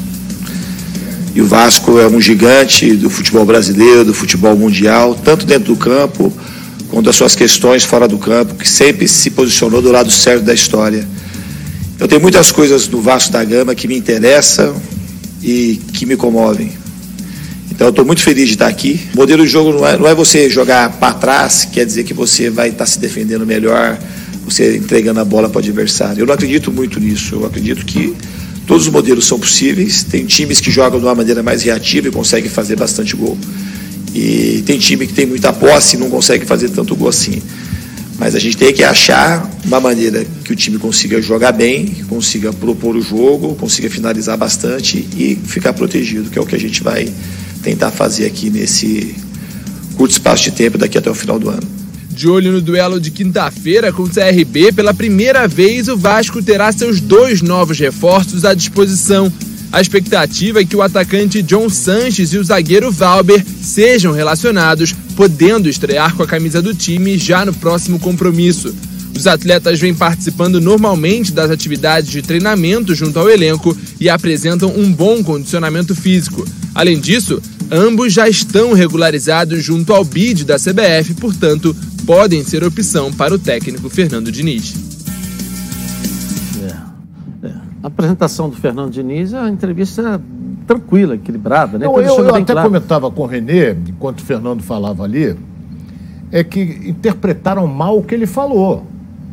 E o Vasco é um gigante do futebol brasileiro, do futebol mundial, tanto dentro do campo quanto as suas questões fora do campo, que sempre se posicionou do lado certo da história. Eu tenho muitas coisas do Vasco da Gama que me interessam e que me comovem. Então eu estou muito feliz de estar aqui. O modelo de jogo não é, não é você jogar para trás, quer dizer que você vai estar se defendendo melhor, você entregando a bola para o adversário. Eu não acredito muito nisso, eu acredito que todos os modelos são possíveis. Tem times que jogam de uma maneira mais reativa e conseguem fazer bastante gol. E tem time que tem muita posse e não consegue fazer tanto gol assim. Mas a gente tem que achar uma maneira que o time consiga jogar bem, consiga propor o jogo, consiga finalizar bastante e ficar protegido, que é o que a gente vai tentar fazer aqui nesse curto espaço de tempo daqui até o final do ano. De olho no duelo de quinta-feira com o C R B, pela primeira vez o Vasco terá seus dois novos reforços à disposição. A expectativa é que o atacante John Sanches e o zagueiro Valber sejam relacionados, podendo estrear com a camisa do time já no próximo compromisso. Os atletas vêm participando normalmente das atividades de treinamento junto ao elenco e apresentam um bom condicionamento físico. Além disso, ambos já estão regularizados junto ao B I D da C B F, portanto, podem ser opção para o técnico Fernando Diniz. É, é. A apresentação do Fernando Diniz é uma entrevista tranquila, equilibrada, né? Não, eu eu até claro. comentava com o Renê, enquanto o Fernando falava ali, é que interpretaram mal o que ele falou.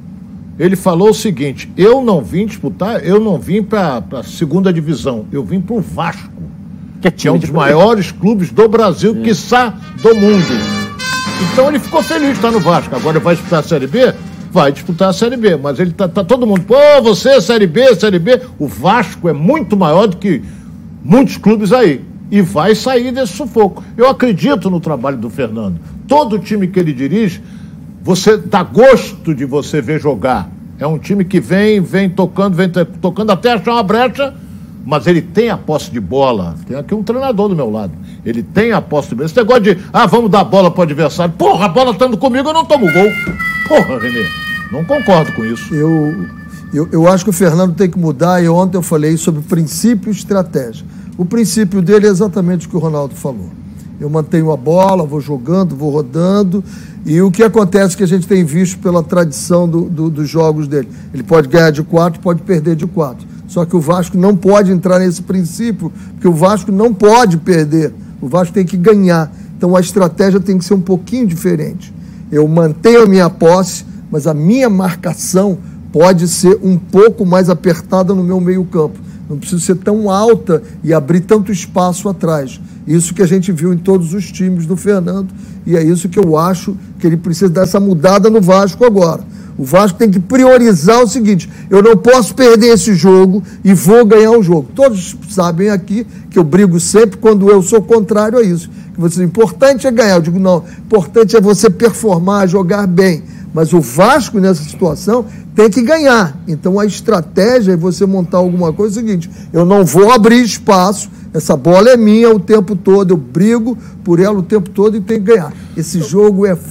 Ele falou o seguinte: eu não vim disputar, eu não vim para a segunda divisão, eu vim para o Vasco, que é, que é um dos maiores clubes do Brasil, é. quiçá do mundo. Então ele ficou feliz de estar no Vasco. Agora vai disputar a Série B? Vai disputar a Série B, mas ele tá, tá todo mundo, pô, você, Série B, Série B. O Vasco é muito maior do que muitos clubes aí, e vai sair desse sufoco. Eu acredito no trabalho do Fernando. Todo time que ele dirige, você dá gosto de você ver jogar. É um time que vem, vem tocando, vem tocando até achar uma brecha, mas ele tem a posse de bola. Tem aqui um treinador do meu lado. Ele tem a posse de bola. Esse negócio de, ah, vamos dar bola para o adversário. Porra, a bola estando comigo, eu não tomo gol. Porra, Renê, não concordo com isso. Eu, eu, eu acho que o Fernando tem que mudar, e ontem eu falei sobre princípio e estratégia. O princípio dele é exatamente o que o Ronaldo falou. Eu mantenho a bola, vou jogando, vou rodando, e o que acontece que a gente tem visto pela tradição do, do, dos jogos dele. Ele pode ganhar de quatro, pode perder de quatro. Só que o Vasco não pode entrar nesse princípio, porque o Vasco não pode perder. O Vasco tem que ganhar. Então a estratégia tem que ser um pouquinho diferente. Eu mantenho a minha posse, mas a minha marcação pode ser um pouco mais apertada no meu meio-campo. Não precisa ser tão alta e abrir tanto espaço atrás. Isso que a gente viu em todos os times do Fernando, e é isso que eu acho que ele precisa dar essa mudada no Vasco agora. O Vasco tem que priorizar o seguinte: eu não posso perder esse jogo e vou ganhar o jogo. Todos sabem aqui que eu brigo sempre quando eu sou contrário a isso. Que você, o importante é ganhar. Eu digo, não, o importante é você performar, jogar bem. Mas o Vasco, nessa situação, tem que ganhar. Então, a estratégia é você montar alguma coisa. É o seguinte: eu não vou abrir espaço, essa bola é minha o tempo todo, eu brigo por ela o tempo todo e tenho que ganhar. Esse jogo é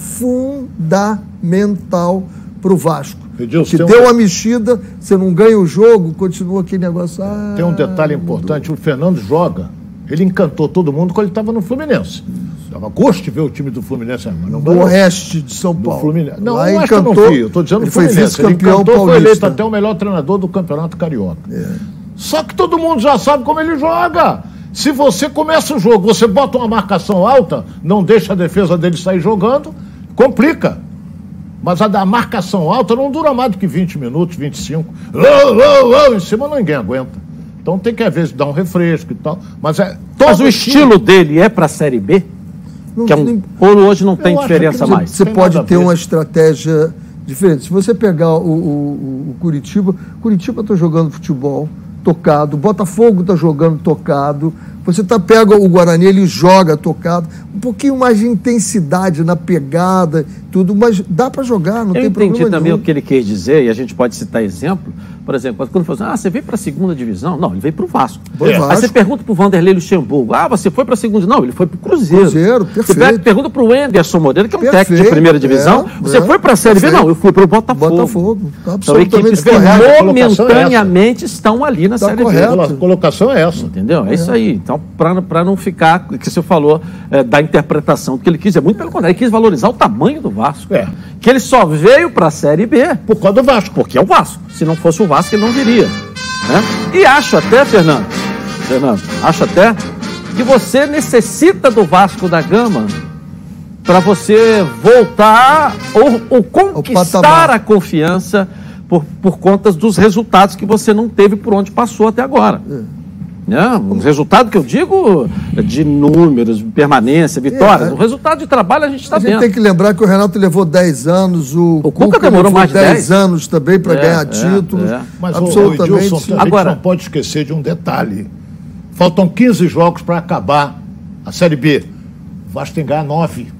fundamental para o Vasco. Se deu um... uma mexida, você não ganha o jogo, continua aquele negócio. Ah, tem um detalhe importante: mudou. O Fernando joga, ele encantou todo mundo quando ele estava no Fluminense. Dava gosto de ver o time do Fluminense, mas não do Oeste de São Paulo. Fluminense. Não, lá não encantou, acho que eu não vi, eu estou dizendo ele Fluminense. Foi vice-campeão ele encantou, paulista. Foi eleito até o melhor treinador do Campeonato Carioca. É. Só que todo mundo já sabe como ele joga. Se você começa o jogo, você bota uma marcação alta, não deixa a defesa dele sair jogando, complica. Mas a da marcação alta não dura mais do que vinte minutos, vinte e cinco. Oh, oh, oh, em cima ninguém aguenta. Então tem que, às vezes, dar um refresco e tal. Mas, é, mas o estilo dele é para a Série B? Não, que é um, ou hoje não tem diferença você, mais? Você pode ter uma estratégia diferente. Se você pegar o, o, o Curitiba, Curitiba está jogando futebol tocado, Botafogo está jogando tocado, você tá, pega o Guarani, ele joga tocado, um pouquinho mais de intensidade na pegada, tudo, mas dá para jogar, não Eu tem problema entendi também nenhum. o que ele quis dizer, e a gente pode citar exemplo. Por exemplo, quando falou assim, ah, você veio para a segunda divisão? Não, ele veio para o Vasco. É. Vasco. Aí você pergunta para o Vanderlei Luxemburgo, ah, você foi para a segunda? Não, ele foi para o Cruzeiro. Cruzeiro, perfeito. Você pergunta para o Anderson Moreira, que é um Perfeito, técnico de primeira divisão, é, você é, foi para a Série B? perfeito. Não, eu fui para o Botafogo. Botafogo, Então, equipes que momentaneamente estão ali na tá Série correto. B. A colocação é essa. Entendeu? É, é isso aí. Então, para não ficar, o que você falou, é, da interpretação do que ele quis, é muito pelo contrário, ele quis valorizar o tamanho do Vasco. É. Que ele só veio para a Série B por causa do Vasco. Porque é o Vasco. Se não fosse o Vasco, ele não viria. Né? E acho até, Fernando, Fernando, acho até que você necessita do Vasco da Gama para você voltar ou, ou conquistar a confiança por, por conta dos resultados que você não teve por onde passou até agora. É. Né? Um resultado que eu digo de números, permanência, vitórias. É, é. O resultado de trabalho a gente está vendo. A gente tem que lembrar que o Renato levou dez anos, o, o Cuca, Cuca demorou mais de dez anos também para é, ganhar é, títulos. É. Mas absolutamente. O, o Edilson, a Agora, gente não pode esquecer de um detalhe. Faltam quinze jogos para acabar a Série B. O Vasco tem que ganhar nove.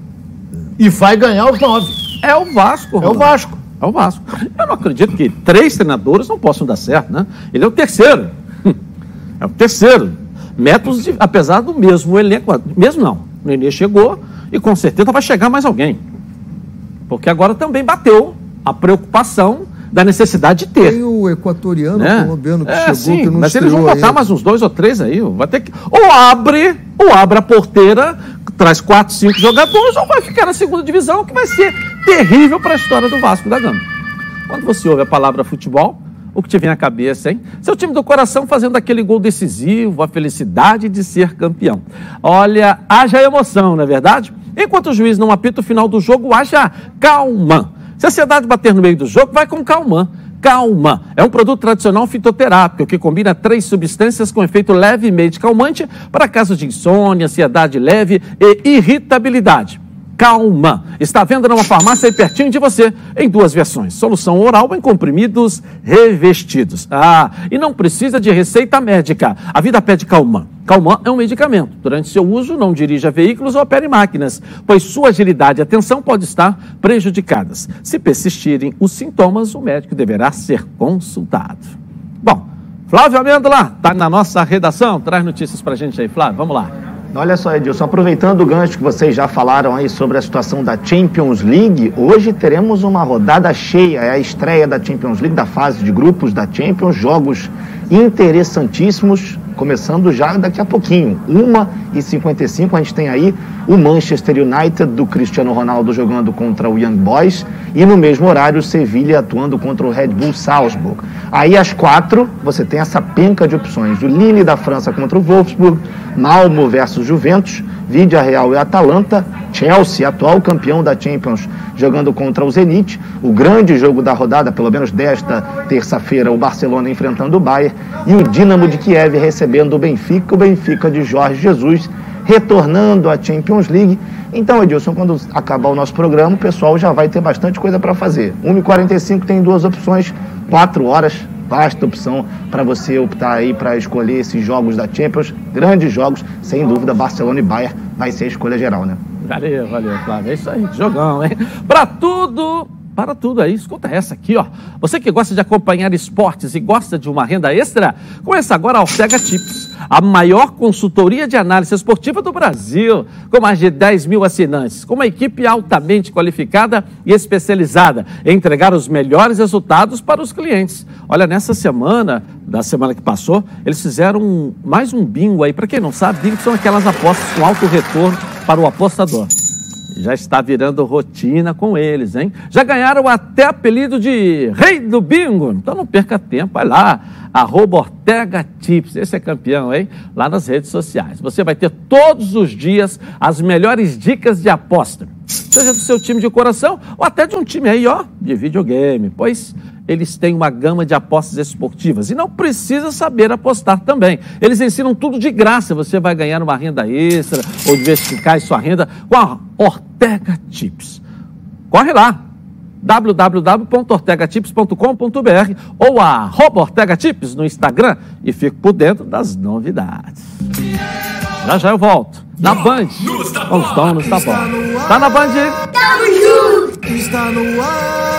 E vai ganhar os nove. É o Vasco. É o Vasco. É o Vasco. Eu não acredito que três treinadores não possam dar certo, né? Ele é o terceiro. É o terceiro. Métodos, de, apesar do mesmo elenco, mesmo não. O Nenê chegou e com certeza vai chegar mais alguém. Porque agora também bateu a preocupação da necessidade de ter. Tem o equatoriano, né? O colombiano que é, chegou, sim, que não mas eles vão botar ainda. mais uns dois ou três aí. Vai ter que... Ou abre, ou abre a porteira, traz quatro, cinco jogadores, ou vai ficar na segunda divisão, que vai ser terrível para a história do Vasco da Gama. Quando você ouve a palavra futebol, o que te vem à cabeça, hein? Seu time do coração fazendo aquele gol decisivo, a felicidade de ser campeão. Olha, haja emoção, não é verdade? Enquanto o juiz não apita o final do jogo, haja calma. Se a ansiedade bater no meio do jogo, vai com calma. Calma. É um produto tradicional fitoterápico que combina três substâncias com efeito levemente calmante para casos de insônia, ansiedade leve e irritabilidade. Calma. Está à venda numa farmácia aí pertinho de você, em duas versões. Solução oral em comprimidos revestidos. Ah, e não precisa de receita médica. A vida pede Calman. Calman é um medicamento. Durante seu uso, não dirija veículos ou opere máquinas, pois sua agilidade e atenção podem estar prejudicadas. Se persistirem os sintomas, o médico deverá ser consultado. Bom, Flávio Amêndola está na nossa redação. Traz notícias para a gente aí, Flávio. Vamos lá. Olha só, Edilson, aproveitando o gancho que vocês já falaram aí sobre a situação da Champions League, hoje teremos uma rodada cheia, é a estreia da Champions League, da fase de grupos da Champions, jogos interessantíssimos, começando já daqui a pouquinho, uma e cinquenta e cinco, a gente tem aí o Manchester United do Cristiano Ronaldo jogando contra o Young Boys e no mesmo horário o Sevilha atuando contra o Red Bull Salzburg. Aí às quatro você tem essa penca de opções, o Lille da França contra o Wolfsburg, Malmo versus Juventus, Villarreal e Atalanta, Chelsea, atual campeão da Champions, jogando contra o Zenit, o grande jogo da rodada, pelo menos desta terça-feira, o Barcelona enfrentando o Bayern, e o Dinamo de Kiev recebendo o Benfica, o Benfica de Jorge Jesus, retornando à Champions League. Então, Edilson, quando acabar o nosso programa, o pessoal já vai ter bastante coisa para fazer. uma e quarenta e cinco tem duas opções, quatro horas, vasta opção para você optar aí para escolher esses jogos da Champions, grandes jogos, sem dúvida, Barcelona e Bayern vai ser a escolha geral, né? Valeu, valeu, Flávio, é isso aí, jogão, hein? Para tudo... Para tudo aí, escuta essa aqui, ó. Você que gosta de acompanhar esportes e gosta de uma renda extra, conheça agora a Ortega Tips, a maior consultoria de análise esportiva do Brasil, com mais de dez mil assinantes, com uma equipe altamente qualificada e especializada em entregar os melhores resultados para os clientes. Olha, nessa semana, da semana que passou, eles fizeram um, mais um bingo aí. Para quem não sabe, bingo são aquelas apostas com alto retorno para o apostador. Já está virando rotina com eles, hein? Já ganharam até apelido de Rei do Bingo. Então não perca tempo, vai lá, arroba Ortega Tips, esse é campeão, hein? Lá nas redes sociais. Você vai ter todos os dias as melhores dicas de aposta, seja do seu time de coração ou até de um time aí, ó, de videogame, pois eles têm uma gama de apostas esportivas e não precisa saber apostar também. Eles ensinam tudo de graça, você vai ganhar uma renda extra ou diversificar sua renda com a Ortega Tips. Corre lá, w w w ponto ortega tips ponto com ponto b r ou a arroba Ortega Tips no Instagram e fique por dentro das novidades. Já já eu volto, na Band, com os donos da bola. Tá na Band? Tamo junto! Está no ar!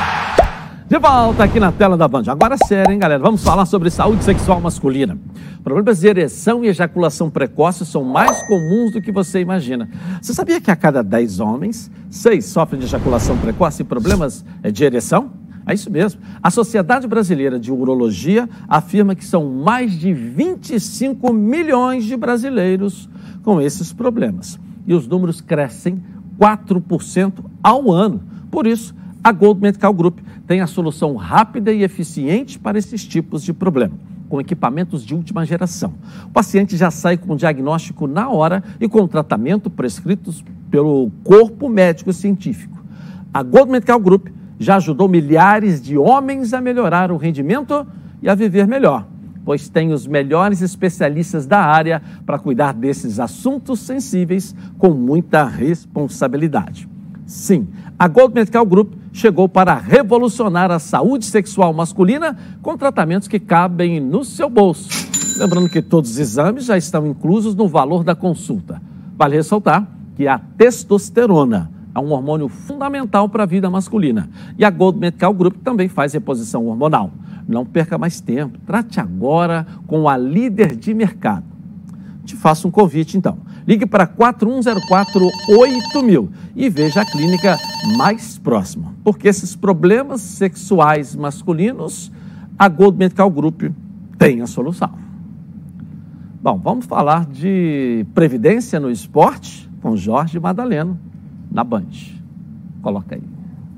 De volta aqui na tela da Band. Agora é sério, hein, galera? Vamos falar sobre saúde sexual masculina. Problemas de ereção e ejaculação precoce são mais comuns do que você imagina. Você sabia que a cada dez homens, seis sofrem de ejaculação precoce e problemas de ereção? É isso mesmo. A Sociedade Brasileira de Urologia afirma que são mais de vinte e cinco milhões de brasileiros com esses problemas. E os números crescem quatro por cento ao ano. Por isso, a Gold Medical Group tem a solução rápida e eficiente para esses tipos de problema, com equipamentos de última geração. O paciente já sai com o diagnóstico na hora e com o tratamento prescritos pelo corpo médico científico. A Gold Medical Group já ajudou milhares de homens a melhorar o rendimento e a viver melhor, pois tem os melhores especialistas da área para cuidar desses assuntos sensíveis com muita responsabilidade. Sim, a Gold Medical Group chegou para revolucionar a saúde sexual masculina com tratamentos que cabem no seu bolso. Lembrando que todos os exames já estão inclusos no valor da consulta. Vale ressaltar que a testosterona é um hormônio fundamental para a vida masculina. E a Gold Medical Group também faz reposição hormonal. Não perca mais tempo. Trate agora com a líder de mercado. Te faço um convite, então. Ligue para quatro um zero quatro oito mil e veja a clínica mais próxima. Porque esses problemas sexuais masculinos, a Gold Medical Group tem a solução. Bom, vamos falar de previdência no esporte com Jorge Madaleno, na Band. Coloca aí.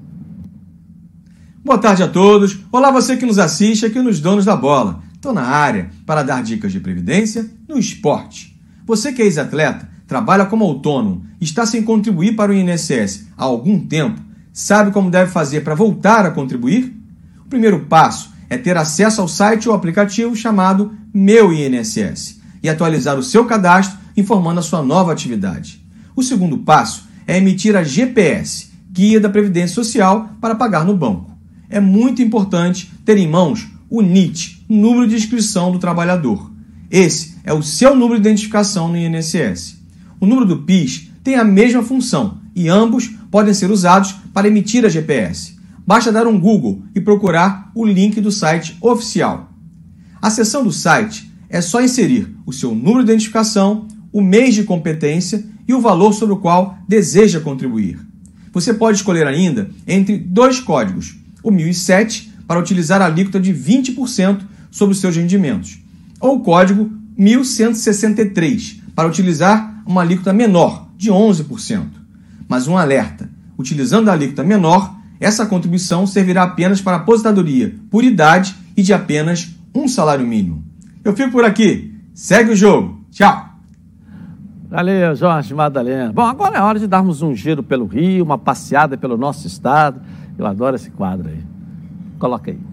Boa tarde a todos. Olá você que nos assiste aqui nos Donos da Bola. Estou na área para dar dicas de previdência no esporte. Você que é ex-atleta, trabalha como autônomo e está sem contribuir para o I N S S há algum tempo, sabe como deve fazer para voltar a contribuir? O primeiro passo é ter acesso ao site ou aplicativo chamado Meu I N S S e atualizar o seu cadastro informando a sua nova atividade. O segundo passo é emitir a G P S, Guia da Previdência Social, para pagar no banco. É muito importante ter em mãos o N I T, Número de Inscrição do Trabalhador. Esse é o seu número de identificação no I N S S. O número do P I S tem a mesma função e ambos podem ser usados para emitir a G P S. Basta dar um Google e procurar o link do site oficial. A seção do site é só inserir o seu número de identificação, o mês de competência e o valor sobre o qual deseja contribuir. Você pode escolher ainda entre dois códigos, o mil e sete para utilizar a alíquota de vinte por cento sobre os seus rendimentos, ou o código mil cento e sessenta e três para utilizar uma alíquota menor, de onze por cento. Mas um alerta, utilizando a alíquota menor, essa contribuição servirá apenas para aposentadoria por idade e de apenas um salário mínimo. Eu fico por aqui. Segue o jogo. Tchau. Valeu, Jorge Madalena. Bom, agora é hora de darmos um giro pelo Rio, uma passeada pelo nosso estado. Eu adoro esse quadro aí. Coloca aí.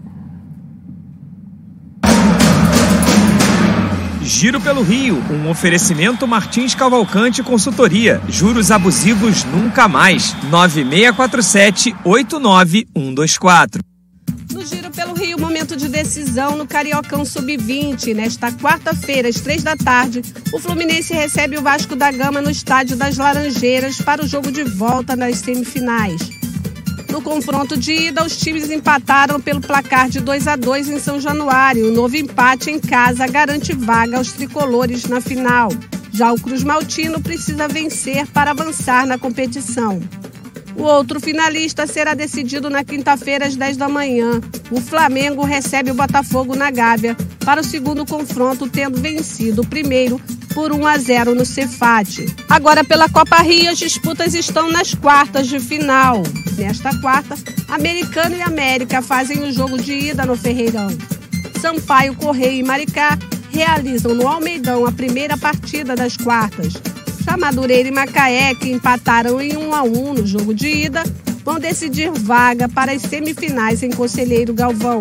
Giro pelo Rio, um oferecimento Martins Cavalcante Consultoria. Juros abusivos nunca mais. nove seis quatro sete, oito nove um dois quatro. No Giro pelo Rio, momento de decisão no Cariocão sub vinte. Nesta quarta-feira, às três da tarde, o Fluminense recebe o Vasco da Gama no Estádio das Laranjeiras para o jogo de volta nas semifinais. No confronto de ida, os times empataram pelo placar de dois a dois em São Januário. O novo empate em casa garante vaga aos tricolores na final. Já o Cruz Maltino precisa vencer para avançar na competição. O outro finalista será decidido na quinta-feira às dez da manhã. O Flamengo recebe o Botafogo na Gávea para o segundo confronto, tendo vencido o primeiro por um a zero no Cefate. Agora, pela Copa Rio, as disputas estão nas quartas de final. Nesta quarta, Americano e América fazem o jogo de ida no Ferreirão. Sampaio, Correia e Maricá realizam no Almeidão a primeira partida das quartas. Já Madureira e Macaé, que empataram em um a um no jogo de ida, vão decidir vaga para as semifinais em Conselheiro Galvão.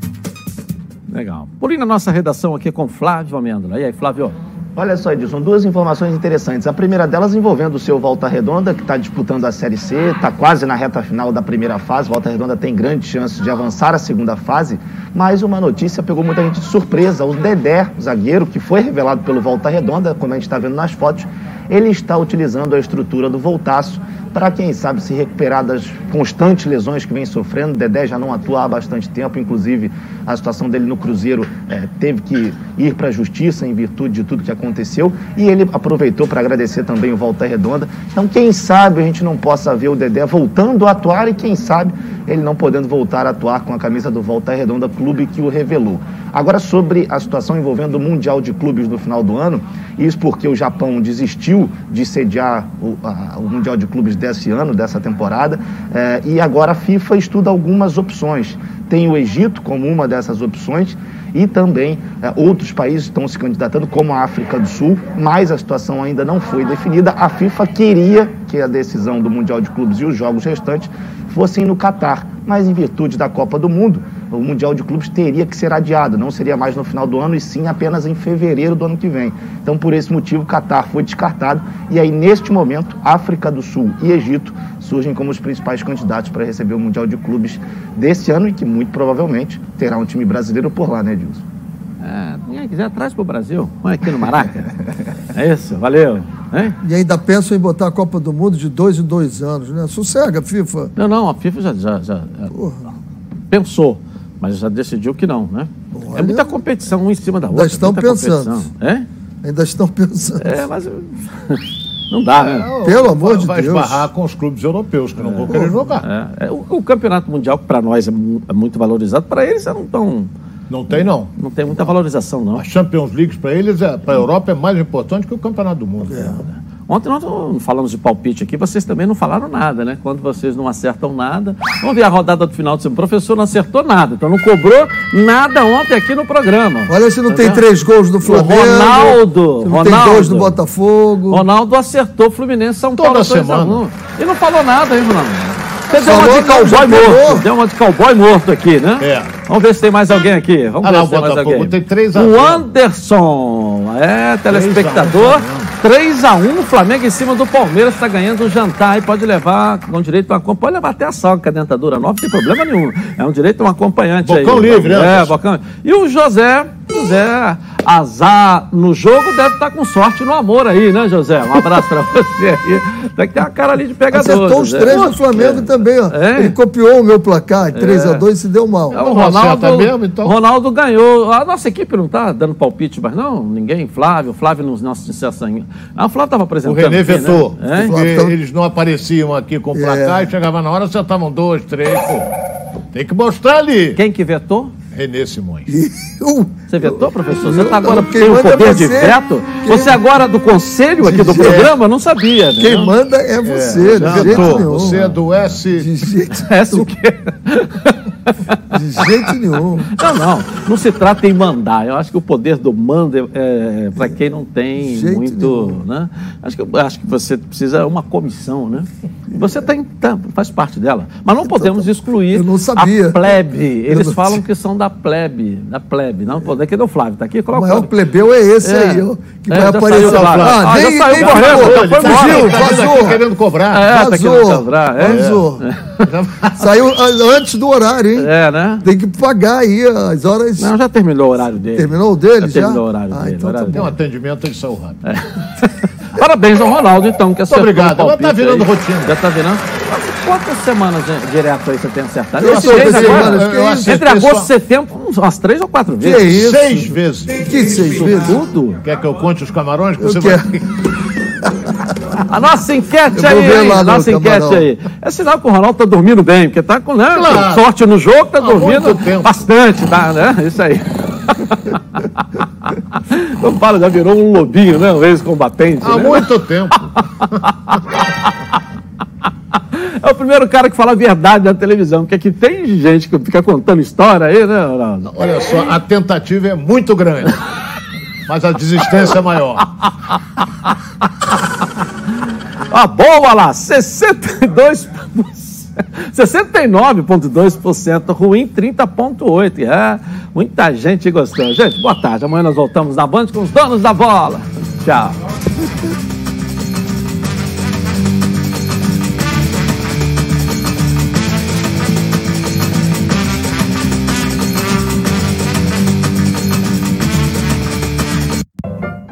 Legal. Por aí na nossa redação aqui com Flávio Amêndola. E aí, Flávio? Olha só, Edilson, duas informações interessantes. A primeira delas envolvendo o seu Volta Redonda, que está disputando a Série C, está quase na reta final da primeira fase. Volta Redonda tem grande chance de avançar a segunda fase, mas uma notícia pegou muita gente de surpresa. O Dedé, o zagueiro, que foi revelado pelo Volta Redonda, como a gente está vendo nas fotos, ele está utilizando a estrutura do Voltaço para, quem sabe, se recuperar das constantes lesões que vem sofrendo. Dedé já não atua há bastante tempo, inclusive a situação dele no Cruzeiro é, teve que ir para a justiça em virtude de tudo que aconteceu, e ele aproveitou para agradecer também o Volta Redonda. Então, quem sabe a gente não possa ver o Dedé voltando a atuar e, quem sabe, ele não podendo voltar a atuar com a camisa do Volta Redonda, clube que o revelou. Agora, sobre a situação envolvendo o Mundial de Clubes no final do ano, isso porque o Japão desistiu de sediar o, a, o Mundial de Clubes desse ano, dessa temporada, eh, e agora a FIFA estuda algumas opções. Tem o Egito como uma dessas opções e também eh, outros países estão se candidatando, como a África do Sul, mas a situação ainda não foi definida. A FIFA queria que a decisão do Mundial de Clubes e os jogos restantes fossem no Catar, mas em virtude da Copa do Mundo, o Mundial de Clubes teria que ser adiado, não seria mais no final do ano e sim apenas em fevereiro do ano que vem. Então, por esse motivo, o Catar foi descartado e aí, neste momento, África do Sul e Egito surgem como os principais candidatos para receber o Mundial de Clubes desse ano e que muito provavelmente terá um time brasileiro por lá, né, Edilson? É, quem quiser, traz para o Brasil. Põe aqui no Maraca. É isso, valeu. Hein? E ainda pensam em botar a Copa do Mundo de dois em dois anos, né? Sossega, FIFA. Não, não, a FIFA já, já, já pensou, mas já decidiu que não, né? Olha, é muita competição um em cima da outra. Já estão pensando. É? Ainda estão pensando. É, mas não dá, né? É, pelo amor de vai Deus. Vai esbarrar com os clubes europeus que não é. vão querer jogar. É. É. O, o campeonato mundial, para nós, é, é muito valorizado. Para eles, não tão... Não tem, não. Não tem muita valorização, não. A Champions League, para eles, é, para a Europa, é mais importante que o Campeonato do Mundo. É. Ontem nós falamos de palpite aqui, vocês também não falaram nada, né? Quando vocês não acertam nada. Vamos ver a rodada do final de semana. O professor não acertou nada, então não cobrou nada ontem aqui no programa. Olha se não tem três gols do Flamengo. O Ronaldo. Se não Ronaldo, tem dois do Botafogo. Ronaldo acertou Fluminense São Paulo. Toda semana. E não falou nada, hein, Ronaldo? Você deu uma de cowboy morto. Deu uma de cowboy morto aqui, né? É. Vamos ver se tem mais alguém aqui. Vamos ah, ver lá, se tem mais alguém. Tem três a zero. O Anderson, é, telespectador. três a um, o Flamengo em cima do Palmeiras, está ganhando um jantar aí, pode levar, com direito a uma pode levar até a salga, que a dentadura nova, não tem problema nenhum. É um direito a um acompanhante bocão aí. Bocão livre, né? É, bocão. E o José, José, azar no jogo, deve estar com sorte no amor aí, né, José? Um abraço pra você aí. Tem que ter uma cara ali de pegador. Acertou os três do Flamengo é. também, ó. É. Ele copiou o meu placar, três a dois, é. e se deu mal. É, o Ronaldo, mesmo, então. Ronaldo ganhou. A nossa equipe não tá dando palpite, mas não, ninguém. Flávio, Flávio nos nossos inserções. Ah, o Flávio estava apresentando. O Renê vetou. Né? É? Eles não apareciam aqui com o placar é. e chegava na hora, acertavam dois, três, pô. Tem que mostrar ali. Quem que vetou? Renê Simões. Você vetou, professor? Você tá agora tem o poder de veto? Quem... Você agora do conselho aqui do programa não sabia, né? Quem manda é você, é, de jeito nenhum. Você é do S... De jeito S o quê? De jeito nenhum. Não, não. Não se trata em mandar. Eu acho que o poder do mando é, é para quem não tem muito, né? Acho que, acho que você precisa uma comissão, né? Você tem, tá, faz parte dela. Mas não podemos excluir eu não sabia. a plebe. Eles não... falam que são da plebe, da plebe. Não pode. Aqui é o Flávio, tá aqui. Coloca o maior plebeu é esse é. aí, ó, que é, vai aparecer lá. Ah, ah, nem, já saiu correndo. Foi fugiu, vazou. Tá querendo cobrar. É, vazou. Tá querendo cobrar. É. Vazou. É. Saiu antes do horário, hein? É, né? Tem que pagar aí as horas. Não, já terminou o horário dele. Terminou o dele já? já? Terminou o horário ah, dele. Então horário tá tem um atendimento, eles são rápidos. É. Parabéns ao Ronaldo, então, que acertou. Muito obrigado. Agora tá virando aí. rotina. Já tá virando. Quantas semanas direto aí você tem acertado? Eu Esse mês agora, eu, eu entre agosto e setembro, umas três ou quatro vezes. Que isso? Seis vezes. Que seis vezes? Tudo. Quer que eu conte os camarões que eu você quero. vai... A nossa enquete aí, a nossa enquete aí. É sinal que o Ronaldo tá dormindo bem, porque tá com, né, claro. com sorte no jogo, tá dormindo bastante, tá, né? Isso aí. Não fala, já virou um lobinho, né? Um ex-combatente. Há né? muito tempo. É o primeiro cara que fala a verdade na televisão, porque aqui tem gente que fica contando história aí, né, Ronaldo? Olha só, a tentativa é muito grande, mas a desistência é maior. Ah, boa lá, sessenta e dois por cento. sessenta e nove vírgula dois por cento, ruim trinta vírgula oito por cento. É, muita gente gostou. Gente, boa tarde. Amanhã nós voltamos na Band com os donos da bola. Tchau.